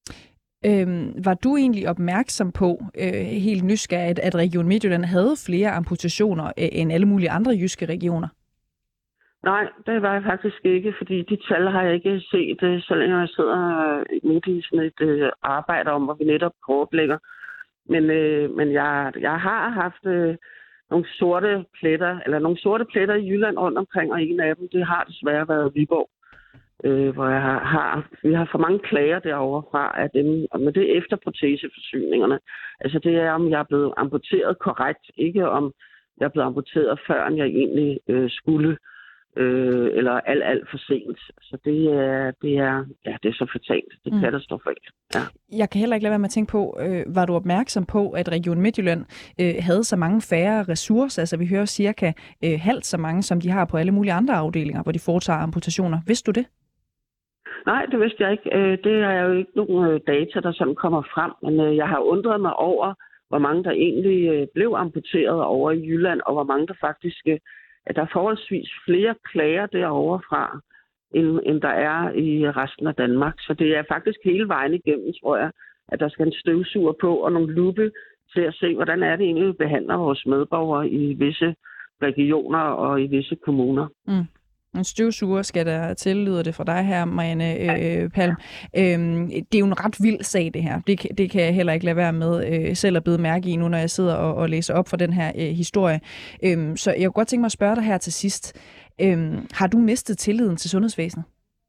Øhm, var du egentlig opmærksom på, øh, helt nysgerrigt, at Region Midtjylland havde flere amputationer øh, end alle mulige andre jyske regioner? Nej, det var jeg faktisk ikke, fordi de tal har jeg ikke set, så længe jeg sidder midt i sådan et øh, arbejde om, hvor vi netop kortlægger. Men, øh, men jeg, jeg har haft øh, nogle sorte pletter, eller nogle sorte pletter i Jylland rundt omkring, og en af dem, det har desværre været Viborg. Øh, hvor jeg har, har, vi har for mange klager derovre fra, at dem, og med det efter proteseforsyningerne. Altså det er, om jeg er blevet amputeret korrekt, ikke om jeg er blevet amputeret, før jeg egentlig øh, skulle. øh, eller alt, alt for sent. Så det er, det er, ja, det er så fatalt. Det er Mm. katastrofalt. Ja. Jeg kan heller ikke lade være med at tænke på, øh, var du opmærksom på, at Region Midtjylland øh, havde så mange færre ressourcer? Altså vi hører cirka øh, halvt så mange, som de har på alle mulige andre afdelinger, hvor de foretager amputationer. Vidste du det? Nej, det vidste jeg ikke. Øh, Det er jo ikke nogen øh, data, der sådan kommer frem, men øh, jeg har undret mig over, hvor mange der egentlig øh, blev amputeret over i Jylland, og hvor mange der faktisk, øh, at der er forholdsvis flere klager derovre fra, end, end der er i resten af Danmark. Så det er faktisk hele vejen igennem, tror jeg, at der skal en støvsuger på og nogle lupe til at se, hvordan er det egentlig, vi behandler vores medborgere i visse regioner og i visse kommuner. Mm. En støvsuger skal der til, lyder det fra dig her, Marianne øh, Palm. Øhm, det er jo en ret vild sag, det her. Det, det kan jeg heller ikke lade være med øh, selv at bide mærke i nu, når jeg sidder og, og læser op for den her øh, historie. Øhm, så jeg kunne godt tænke mig at spørge dig her til sidst. Øhm, har du mistet tilliden til sundhedsvæsenet?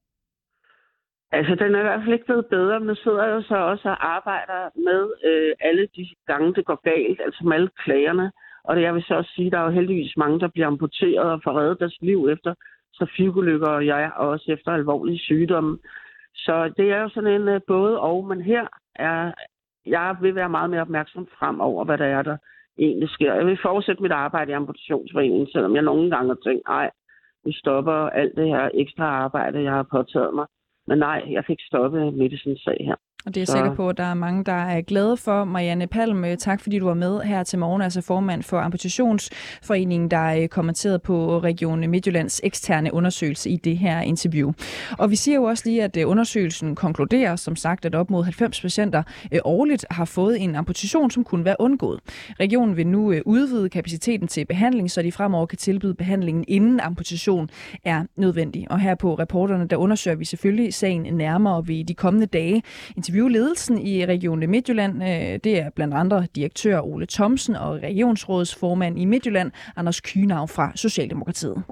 Altså, den er i hvert fald ikke blevet bedre, men nu sidder jeg jo så også og arbejder med øh, alle de gange, det går galt, altså med alle klagerne. Og det, jeg vil så også sige, der er jo heldigvis mange, der bliver amputeret og får reddet deres liv efter trafikulykker, og jeg også efter alvorlige sygdomme. Så det er jo sådan en uh, både og, men her er jeg vil være meget mere opmærksom fremover, hvad der er, der egentlig sker. Jeg vil fortsætte mit arbejde i amputationsforeningen, selvom jeg nogle gange har tænkt, nej, vi stopper alt det her ekstra arbejde, jeg har påtaget mig. Men nej, jeg fik stoppet midt i sådan en sag her. Og det er jeg sikker på, at der er mange, der er glade for. Marianne Palm, tak fordi du var med her til morgen, altså formand for Amputationsforeningen, der kommenterede på Region Midtjyllands eksterne undersøgelse i det her interview. Og vi siger jo også lige, at undersøgelsen konkluderer, som sagt, at op mod halvfems patienter årligt har fået en amputation, som kunne være undgået. Regionen vil nu udvide kapaciteten til behandling, så de fremover kan tilbyde behandlingen, inden amputation er nødvendig. Og her på Reporterne, der undersøger vi selvfølgelig sagen nærmere ved de kommende dage. Interviewledelsen i Region Midtjylland, det er blandt andre direktør Ole Thomsen og regionsrådsformand i Midtjylland, Anders Kühnau fra Socialdemokratiet.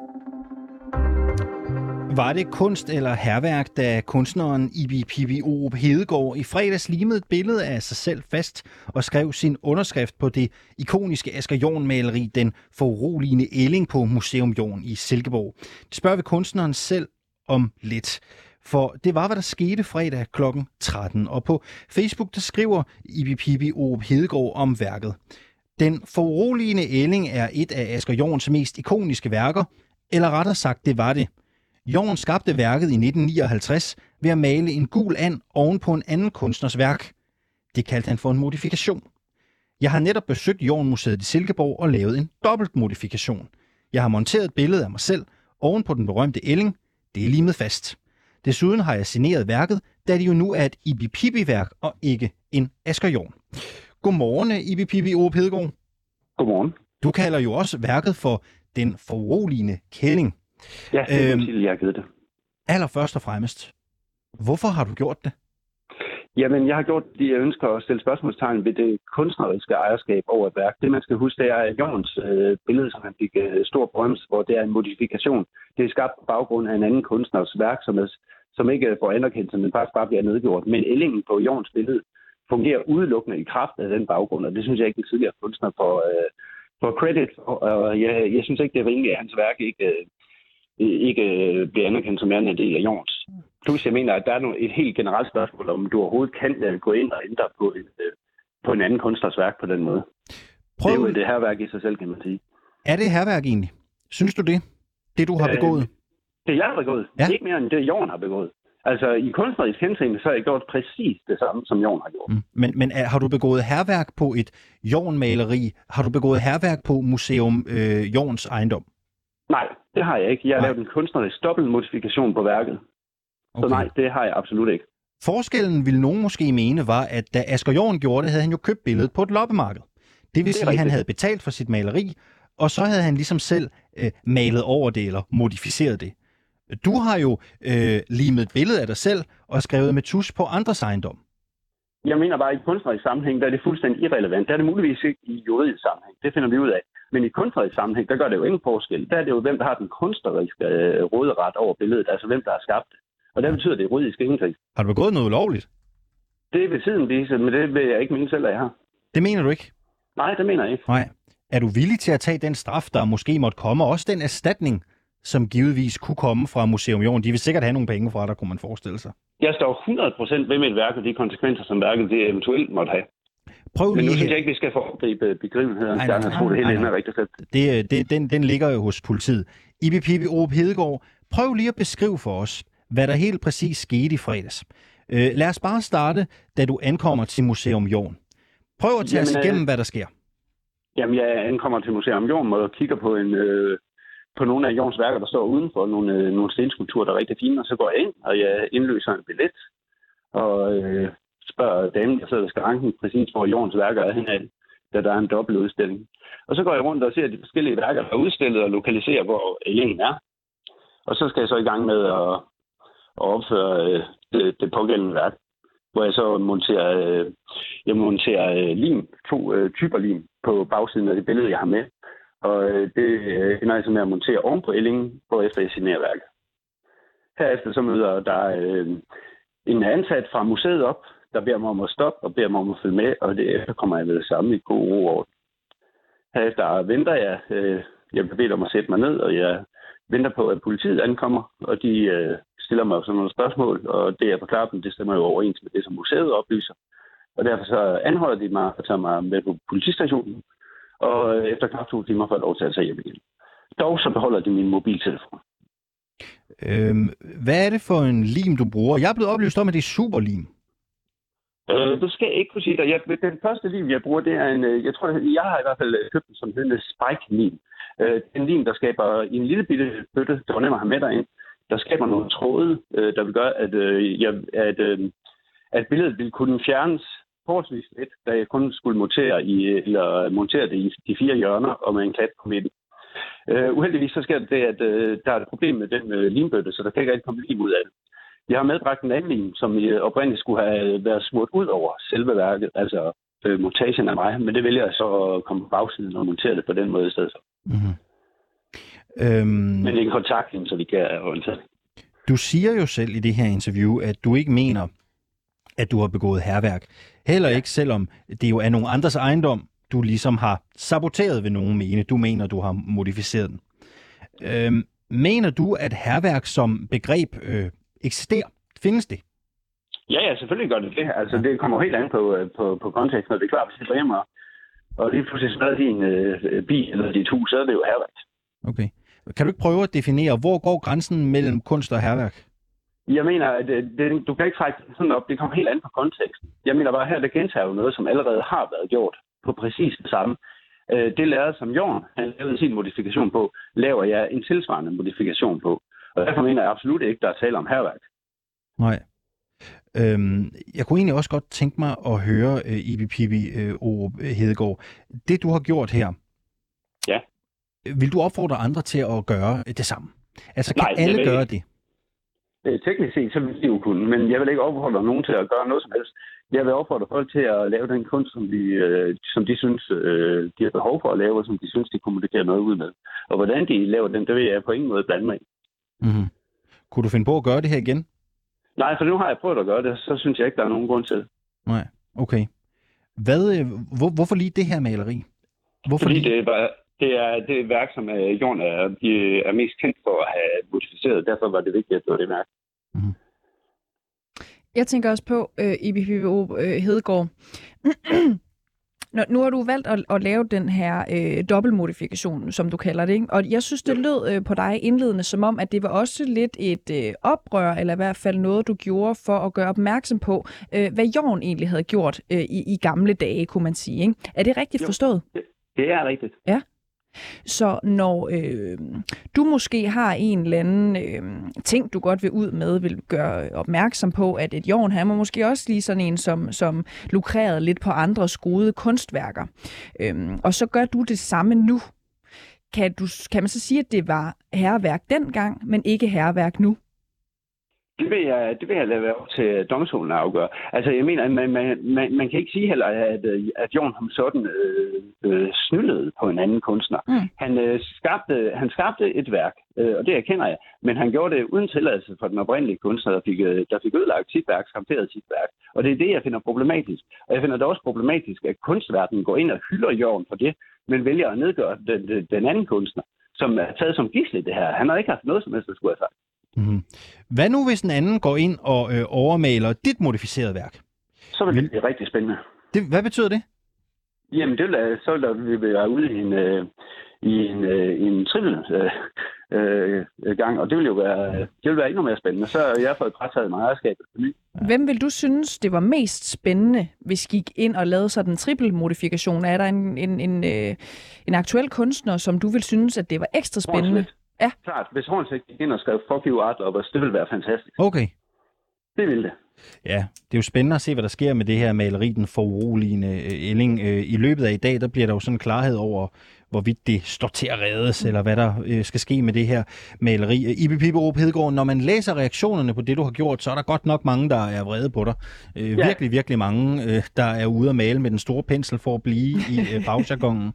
Var det kunst eller hærværk, da kunstneren Ibi Pippi Aarup Hedegaard i fredags limede et billede af sig selv fast og skrev sin underskrift på det ikoniske Asger Jorn-maleri Den foruroligende ælling på Museum Jorn i Silkeborg? Det spørger vi kunstneren selv om lidt. For det var, hvad der skete fredag klokken tretten. Og på Facebook, der skriver Ibi Pippi Aarup Hedegaard om værket. Den foruroligende ælling er et af Asger Jorns mest ikoniske værker, eller rettere sagt, det var det. Jorn skabte værket i nitten nioghalvtreds ved at male en gul and oven på en anden kunstners værk. Det kaldte han for en modifikation. Jeg har netop besøgt Jorn-museet i Silkeborg og lavet en dobbelt modifikation. Jeg har monteret et billede af mig selv oven på den berømte ælling. Det er limet fast. Desuden har jeg signeret værket, da det jo nu er et Ibi Pippi-værk og ikke en Asger Jorn. Godmorgen, Ibi Pippi Aarup Hedegaard. Godmorgen. Du kalder jo også værket for Den foruroligende kælling. Ja, det er øhm, til, jeg har givet det. Allerførst og fremmest, hvorfor har du gjort det? Jamen, jeg har gjort det, jeg ønsker at stille spørgsmålstegn ved det kunstneriske ejerskab over et værk. Det, man skal huske, det er Jorns øh, billede, som han fik øh, stor berømmelse for. Det er en modifikation. Det er skabt på baggrund af en anden kunstners værk, som, er, som ikke får anerkendelse, men faktisk bare bliver nedgjort. Men ællingen på Jorns billede fungerer udelukkende i kraft af den baggrund, og det synes jeg ikke, den tidligere kunstner får, øh, får credit for. Og jeg, jeg synes ikke, det er rimeligt, at hans værk ikke... Øh, ikke bliver anerkendt som en del af Jorns. Plus, jeg mener, at der er et helt generelt spørgsmål, om du overhovedet kan gå ind og ændre på, et, på en anden kunstners værk på den måde. Prøv... Det er jo det hærværk i sig selv, kan man sige. Er det hærværk egentlig? Synes du det? Det, du har øh, begået? Det, jeg har begået. Ja. Ikke mere end det, Jorn har begået. Altså, i kunstnerisk henseende, så har jeg gjort præcis det samme, som Jorn har gjort. Mm. Men, men er, har du begået hærværk på et Jorn-maleri? Har du begået hærværk på Museum øh, Jorns ejendom? Nej, det har jeg ikke. Jeg har nej. lavet en kunstnerisk dobbeltmodifikation på værket. Okay. Så nej, det har jeg absolut ikke. Forskellen, ville nogen måske mene, var, at da Asger Jorn gjorde det, havde han jo købt billedet på et loppemarked. Det vil sige, at han havde betalt for sit maleri, og så havde han ligesom selv øh, malet over det, eller modificeret det. Du har jo øh, limet et billede af dig selv, og skrevet med tusch på andres ejendom. Jeg mener bare, at i kunstnerisk sammenhæng, der er det fuldstændig irrelevant. Der er det muligvis ikke i juridisk sammenhæng. Det finder vi ud af. Men i kunstnerisk sammenhæng, der gør det jo ingen forskel. Der er det jo, hvem der har den kunstneriske øh, råderet over billedet, altså hvem der har skabt det. Og der betyder det juridisk ingenting. Har du begået noget ulovligt? Det vil tiden vise, men det vil jeg ikke mene selv, at jeg har. Det mener du ikke? Nej, det mener jeg ikke. Nej. Er du villig til at tage den straf, der måske måtte komme, og også den erstatning, som givetvis kunne komme fra Museum Jorn? De vil sikkert have nogle penge fra dig, kunne man forestille sig. Jeg står hundrede procent ved mit værk og de konsekvenser, som værket det eventuelt måtte have. Prøv Men nu lige... synes jeg ikke, vi skal foregribe begivenheden. Nej, Jeg nej, har troet, det hele nej, ender nej. rigtig fedt. Det, det, den, den ligger jo hos politiet. Ibi Pibi Aarup Hedegaard, prøv lige at beskrive for os, hvad der helt præcis skete i fredags. Øh, lad os bare starte, da du ankommer til Museum Jorn. Prøv at tage os Jamen, igennem, øh, hvad der sker. Jamen, jeg ankommer til Museum Jorn og kigger på en... Øh, på nogle af Jorns værker, der står udenfor, nogle, øh, nogle stenskulpturer, der er rigtig fine, og så går jeg ind, og jeg indløser en billet, og øh, spørger damen, der sidder ved skranken, præcis hvor Jorns værker er henad, da der er en dobbelt udstilling. Og så går jeg rundt og ser de forskellige værker, der er udstillet, og lokaliserer, hvor Ellen er. Og så skal jeg så i gang med at, at opføre øh, det, det pågældende værk, hvor jeg så monterer, øh, jeg monterer øh, lim, to øh, typer lim på bagsiden af det billede, jeg har med. Og øh, det øh, ender jeg så med at montere oven på Ellingen, hvorefter jeg signerer værket. Herefter så møder der øh, en ansat fra museet op, der beder mig om at stoppe og beder mig om at følge med, og derefter kommer jeg med det samme i god ro over. Herefter venter jeg, øh, jeg bliver bedt om at sætte mig ned, og jeg venter på, at politiet ankommer, og de øh, stiller mig sådan nogle spørgsmål, og det jeg forklarer dem, det stemmer jo overens med det, som museet oplyser. Og derfor så anholder de mig og tager mig med på politistationen, og efter knap to timer får jeg lov til at tage hjem igen. Dog så beholder de min mobiltelefon. Øhm, hvad er det for en lim, du bruger? Jeg er blevet oplyst om, at det er superlim. Øh, du skal ikke kunne sige det. Jeg, den første lim, jeg bruger, det er en... Jeg tror, jeg har i hvert fald købt den som hedder Spike-lim. Øh, en lim, der skaber i en lille bitte bøtte, der var nemt at have med derind, der skaber nogle tråde, øh, der vil gøre, at, øh, jeg, at, øh, at billedet vil kunne fjernes forholdsvis lidt, da jeg kun skulle montere, i, eller montere det i de fire hjørner og med en klat på midten. Uh, uheldigvis så sker det, at uh, der er et problem med den uh, limbøtte, så der kan ikke rigtig komme lim ud af det. Jeg har medbragt en anden lim, som uh, oprindeligt skulle have været smurt ud over selve værket, altså uh, montagen af mig, men det vælger jeg så at komme på bagsiden og montere det på den måde i stedet. Mm-hmm. Øhm... Men det er en kontaktlim, så vi kan orientere. Du siger jo selv i det her interview, at du ikke mener, at du har begået hærværk. Heller ikke, selvom det jo er nogle andres ejendom, du ligesom har saboteret ved nogen mene. Du mener, du har modificeret den. Øhm, mener du, at hærværk som begreb øh, eksisterer? Findes det? Ja, ja, selvfølgelig gør det det. Altså, det kommer helt an på, på, på konteksten, og det er klart, hvis det drejer mig, og lige pludselig smadrer din øh, bil eller dit hus, så er det jo hærværk. Okay. Kan du ikke prøve at definere, hvor går grænsen mellem kunst og hærværk? Jeg mener, at det, du kan ikke trække sådan op. Det kommer helt an på konteksten. Jeg mener bare, her der gentager jo noget, som allerede har været gjort på præcis det samme. Det lærte, som Jorn han lavede sin modifikation på, laver jeg en tilsvarende modifikation på. Og derfor mener jeg absolut ikke, der er tale om hærværk. Nej. Øhm, jeg kunne egentlig også godt tænke mig at høre, uh, Ibi Pibi uh, Aarup Hedegaard, det du har gjort her, ja. Vil du opfordre andre til at gøre det samme? Altså kan Nej, alle gøre det? Teknisk set, så vil de jo kunne, men jeg vil ikke opfordre nogen til at gøre noget som helst. Jeg vil opfordre folk til at lave den kunst, som de, øh, som de synes, øh, de har behov for at lave, og som de synes, de kommunikerer noget ud med. Og hvordan de laver den, det vil jeg på ingen måde blande mig i. Mm-hmm. Kunne du finde på at gøre det her igen? Nej, for nu har jeg prøvet at gøre det, så synes jeg ikke, der er nogen grund til det. Nej, okay. Hvad, hvor, hvorfor lige det her maleri? Hvorfor Fordi lige? det er bare... Det er det værk, som Jorn er, er mest kendt for at have modificeret. Derfor var det vigtigt, at det var det værk. Mm-hmm. Jeg tænker også på, uh, Ibi Pibi Aarup Hedegaard. Nå, nu har du valgt at, at lave den her øh, dobbeltmodifikation, som du kalder det, ikke? Og jeg synes, det lød øh, på dig indledende som om, at det var også lidt et øh, oprør, eller i hvert fald noget, du gjorde for at gøre opmærksom på, øh, hvad Jorn egentlig havde gjort øh, i, i gamle dage, kunne man sige. Ikke? Er det rigtigt jo, forstået? Det, det er rigtigt. Ja. Så når øh, du måske har en eller anden øh, ting, du godt vil ud med, vil gøre opmærksom på, at et Jorn, han var måske også lige sådan en, som, som lukrerede lidt på andres gode kunstværker. Øh, og så gør du det samme nu. Kan, du, kan man så sige, at det var hærværk dengang, men ikke hærværk nu? Det vil jeg, det vil jeg lade være op til domstolen at afgøre. Altså, jeg mener, man, man, man, man kan ikke sige heller, at, at Jorn som sådan øh, øh, snyldede på en anden kunstner. Mm. Han, øh, skabte, han skabte et værk, øh, og det erkender jeg, men han gjorde det uden tilladelse fra den oprindelige kunstner, der fik, øh, der fik ødelagt sit værk, skabteret sit værk. Og det er det, jeg finder problematisk. Og jeg finder det også problematisk, at kunstverdenen går ind og hylder Jorn for det, men vælger at nedgøre den, den anden kunstner. som er taget som gidsel i det her. Han har ikke haft noget som helst, der skulle have sagt. Mm-hmm. Hvad nu, hvis en anden går ind og øh, overmaler dit modificerede værk? Så vil det blive rigtig spændende. Det, hvad betyder det? Jamen, det vil, så vil vi være ude i en, øh, i en, øh, en trippel øh, øh, gang, og det vil jo være, det vil være endnu mere spændende. Så har jeg fået frataget mig ejerskabet på ny. Hvem vil du synes, det var mest spændende, hvis I gik ind og lavede sådan en trippelmodifikation? Er der en, en, en, øh, en aktuel kunstner, som du vil synes, at det var ekstra spændende? Ja. Klart, hvis Hornslet gik ind og skrev fuck you art lovers, det ville være fantastisk. Okay. Det ville det. Ja, det er jo spændende at se, hvad der sker med det her maleri, den foruroligende Elling. I løbet af i dag, der bliver der jo sådan klarhed over, hvorvidt det står til at reddes, mm. eller hvad der skal ske med det her maleri. Ibi Pipperup Hedegaard, når man læser reaktionerne på det, du har gjort, så er der godt nok mange, der er vrede på dig. Ja. Virkelig, virkelig mange, der er ude at male med den store pensel for at blive i bagjargonen.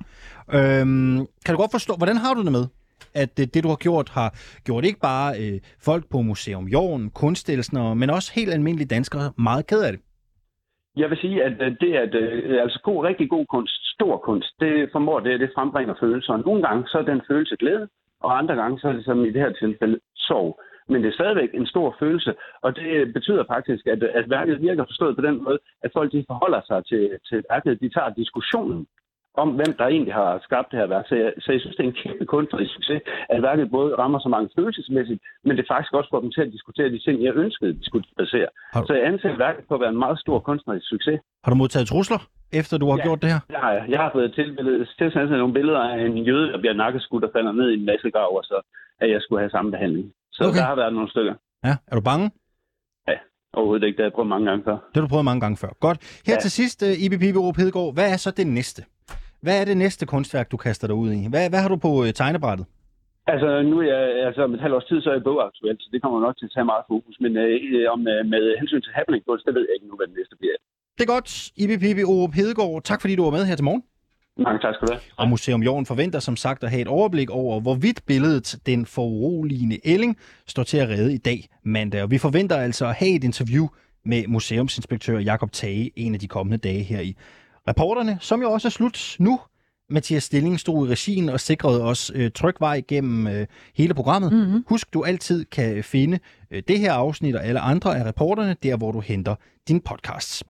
øhm, kan du godt forstå, hvordan har du det med, at det, du har gjort, har gjort ikke bare øh, folk på Museum Jorn, kunstelskere, men også helt almindelige danskere meget ked af det? Jeg vil sige, at det er at, altså god, rigtig god kunst, stor kunst, det formår det, det frembringer følelser. Nogle gange så er den følelse glæde, og andre gange så er det som i det her tilfælde sorg. Men det er stadigvæk en stor følelse, og det betyder faktisk, at, at værket virker forstået på den måde, at folk de forholder sig til, til værket, de tager diskussionen om, hvem der egentlig har skabt det her værk. Så jeg, så jeg synes, det er en kæmpe kunstnerisk succes, at værket både rammer så mange følelsesmæssigt, men det faktisk også får dem til at diskutere de ting, jeg ønskede, de skulle basere. Så jeg anser værket på at være en meget stor kunstnerisk succes. Har du modtaget trusler, efter du har ja, gjort det her? Ja, jeg, jeg har fået tilsendt nogle billeder af en jøde, der bliver nakkeskudt og falder ned i en massegrav, og så at jeg skulle have samme behandling. Så okay. Der har været nogle stykker. Ja, er du bange? Ja, overhovedet ikke. Det har jeg prøvet mange gange før. Det har du prøvet mange gange før. Godt. Her ja. til sidst, Ibi Pipperup Hedegaard, hvad er så det næste? Hvad er det næste kunstværk, du kaster dig ud i? Hvad, hvad har du på øh, tegnebrættet? Altså, nu er jeg, altså, om et halvt års tid, så er jeg bogaktuelt, så det kommer nok til at tage meget fokus. Men øh, om, øh, med hensyn til happeningkunst, det ved jeg ikke nu, hvad det næste bliver. Det er godt. Ibi Pipperup Hedegaard, tak fordi du var med her til morgen. Mange tak skal du have. Og Museum Jorn forventer som sagt at have et overblik over, hvorvidt billedet Den foruroligende Elling står til at redde i dag mandag. Og vi forventer altså at have et interview med museumsinspektør Jakob Tage en af de kommende dage her i Reporterne, som jo også er slut nu. Mathias Stilling stod i regien og sikrede os øh, tryg vej gennem øh, hele programmet. Mm-hmm. Husk, du altid kan finde øh, det her afsnit og alle andre af Reporterne, der hvor du henter dine podcasts.